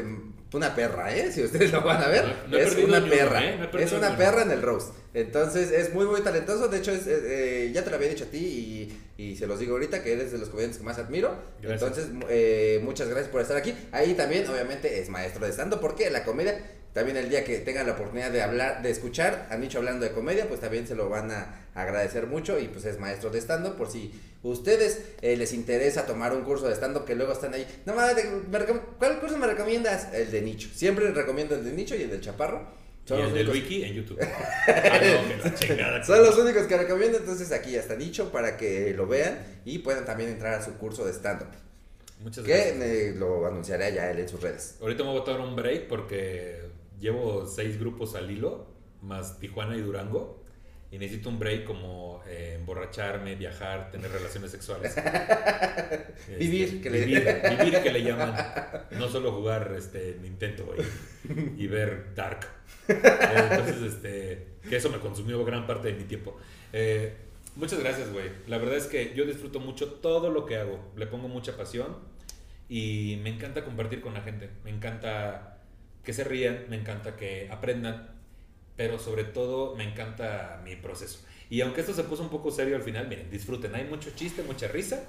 una perra, si ustedes lo van a ver, No he es perdido una ni uno, perra, no he perdido es una ni perra uno. en el roast. Entonces es muy muy talentoso, de hecho ya te lo había dicho a ti y se los digo ahorita que eres de los comediantes que más admiro. Gracias. Entonces muchas gracias por estar aquí. Ahí también obviamente es maestro de stand-up porque la comedia, también el día que tengan la oportunidad de hablar, de escuchar a Nicho hablando de comedia, pues también se lo van a agradecer mucho y pues es maestro de stand-up. Por si ustedes les interesa tomar un curso de stand-up que luego están ahí, no mames, ¿cuál curso me recomiendas? El de Nicho, siempre recomiendo el de Nicho y el del Chaparro. Y el del únicos- Wiki en YouTube. No, que la chingada. Son los únicos que recomiendo, entonces aquí ya está Nicho para que lo vean y puedan también entrar a su curso de stand-up. Muchas Que gracias. lo anunciará ya él en sus redes. Ahorita me voy a tomar un break porque llevo 6 grupos al hilo, más Tijuana y Durango. Y necesito un break como emborracharme, viajar, tener relaciones sexuales. Vivir, que le- vivir que le llaman. No solo jugar Nintendo y ver Dark. Entonces, que eso me consumió gran parte de mi tiempo. Muchas gracias, güey. La verdad es que yo disfruto mucho todo lo que hago. Le pongo mucha pasión y me encanta compartir con la gente. Me encanta que se rían, me encanta que aprendan, pero sobre todo me encanta mi proceso. Y aunque esto se puso un poco serio al final, miren, disfruten. Hay mucho chiste, mucha risa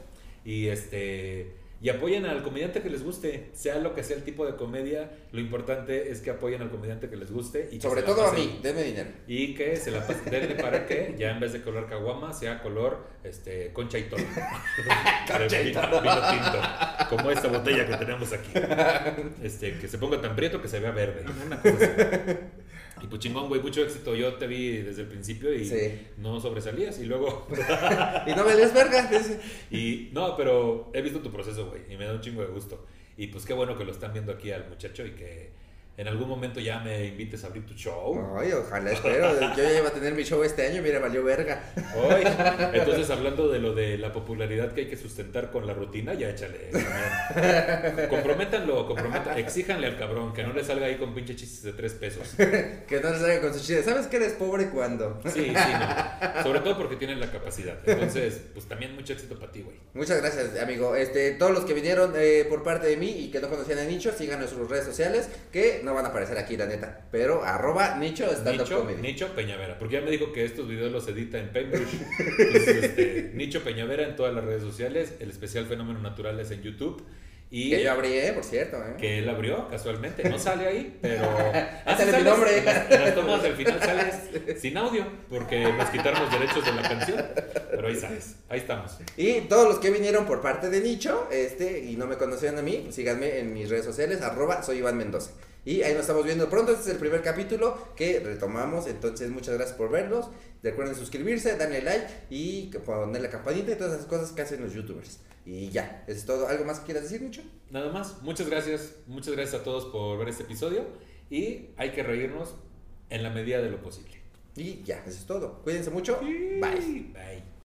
y apoyen al comediante que les guste, sea lo que sea el tipo de comedia. Lo importante es que apoyen al comediante que les guste y que Sobre se la todo a pasen- mí, denme dinero. y que se la pasen, denle para que ya en vez de color caguama sea color concha y toro. Concha y Vino toro. tinto, como esta botella que tenemos aquí. Que se ponga tan prieto que se vea verde. Una cosa así. Y pues chingón, güey, mucho éxito. Yo te vi desde el principio y Sí. no sobresalías y luego... Y no me des verga. dice. Y no, pero he visto tu proceso, güey, y me da un chingo de gusto. Y pues qué bueno que lo están viendo aquí al muchacho y que en algún momento ya me invites a abrir tu show. Ay, ojalá, espero. Yo ya iba a tener mi show este año y mira, valió verga. Hoy, entonces hablando de lo de la popularidad que hay que sustentar con la rutina, ya échale. Comprométanlo, exíjanle al cabrón que no le salga ahí con pinche chistes de 3 pesos. Que no se salga con su chiste. ¿Sabes que eres pobre cuando? Sí, no. Sobre todo porque tienen la capacidad. Entonces, pues también mucho éxito para ti, güey. Muchas gracias, amigo. Todos los que vinieron por parte de mí y que no conocían a Nicho, sigan nuestras redes sociales que no van a aparecer aquí, la neta. Pero @Nicho Stand Up Comedy. Nicho Peñavera, porque ya me dijo que estos videos los edita en Paintbrush. Entonces, Nicho Peñavera en todas las redes sociales, el especial Fenómenos Naturales en YouTube. Y Que yo abrí, por cierto. que él abrió casualmente, no sale ahí, pero Sale mi sales, nombre. en las tomas del final sales sin audio porque nos quitaron los derechos de la canción, pero ahí sales, ahí estamos. Y todos los que vinieron por parte de Nicho, y no me conocían a mí, pues síganme en mis redes sociales, @soy Iván Mendoza. Y ahí nos estamos viendo pronto. Este es el primer capítulo que retomamos. Entonces, muchas gracias por verlos. Recuerden suscribirse, darle like y poner la campanita y todas esas cosas que hacen los youtubers. Y ya, eso es todo. ¿Algo más que quieras decir, Nicho? Nada más, muchas gracias a todos por ver este episodio y hay que reírnos en la medida de lo posible. Y ya, eso es todo. Cuídense mucho. Bye. Bye.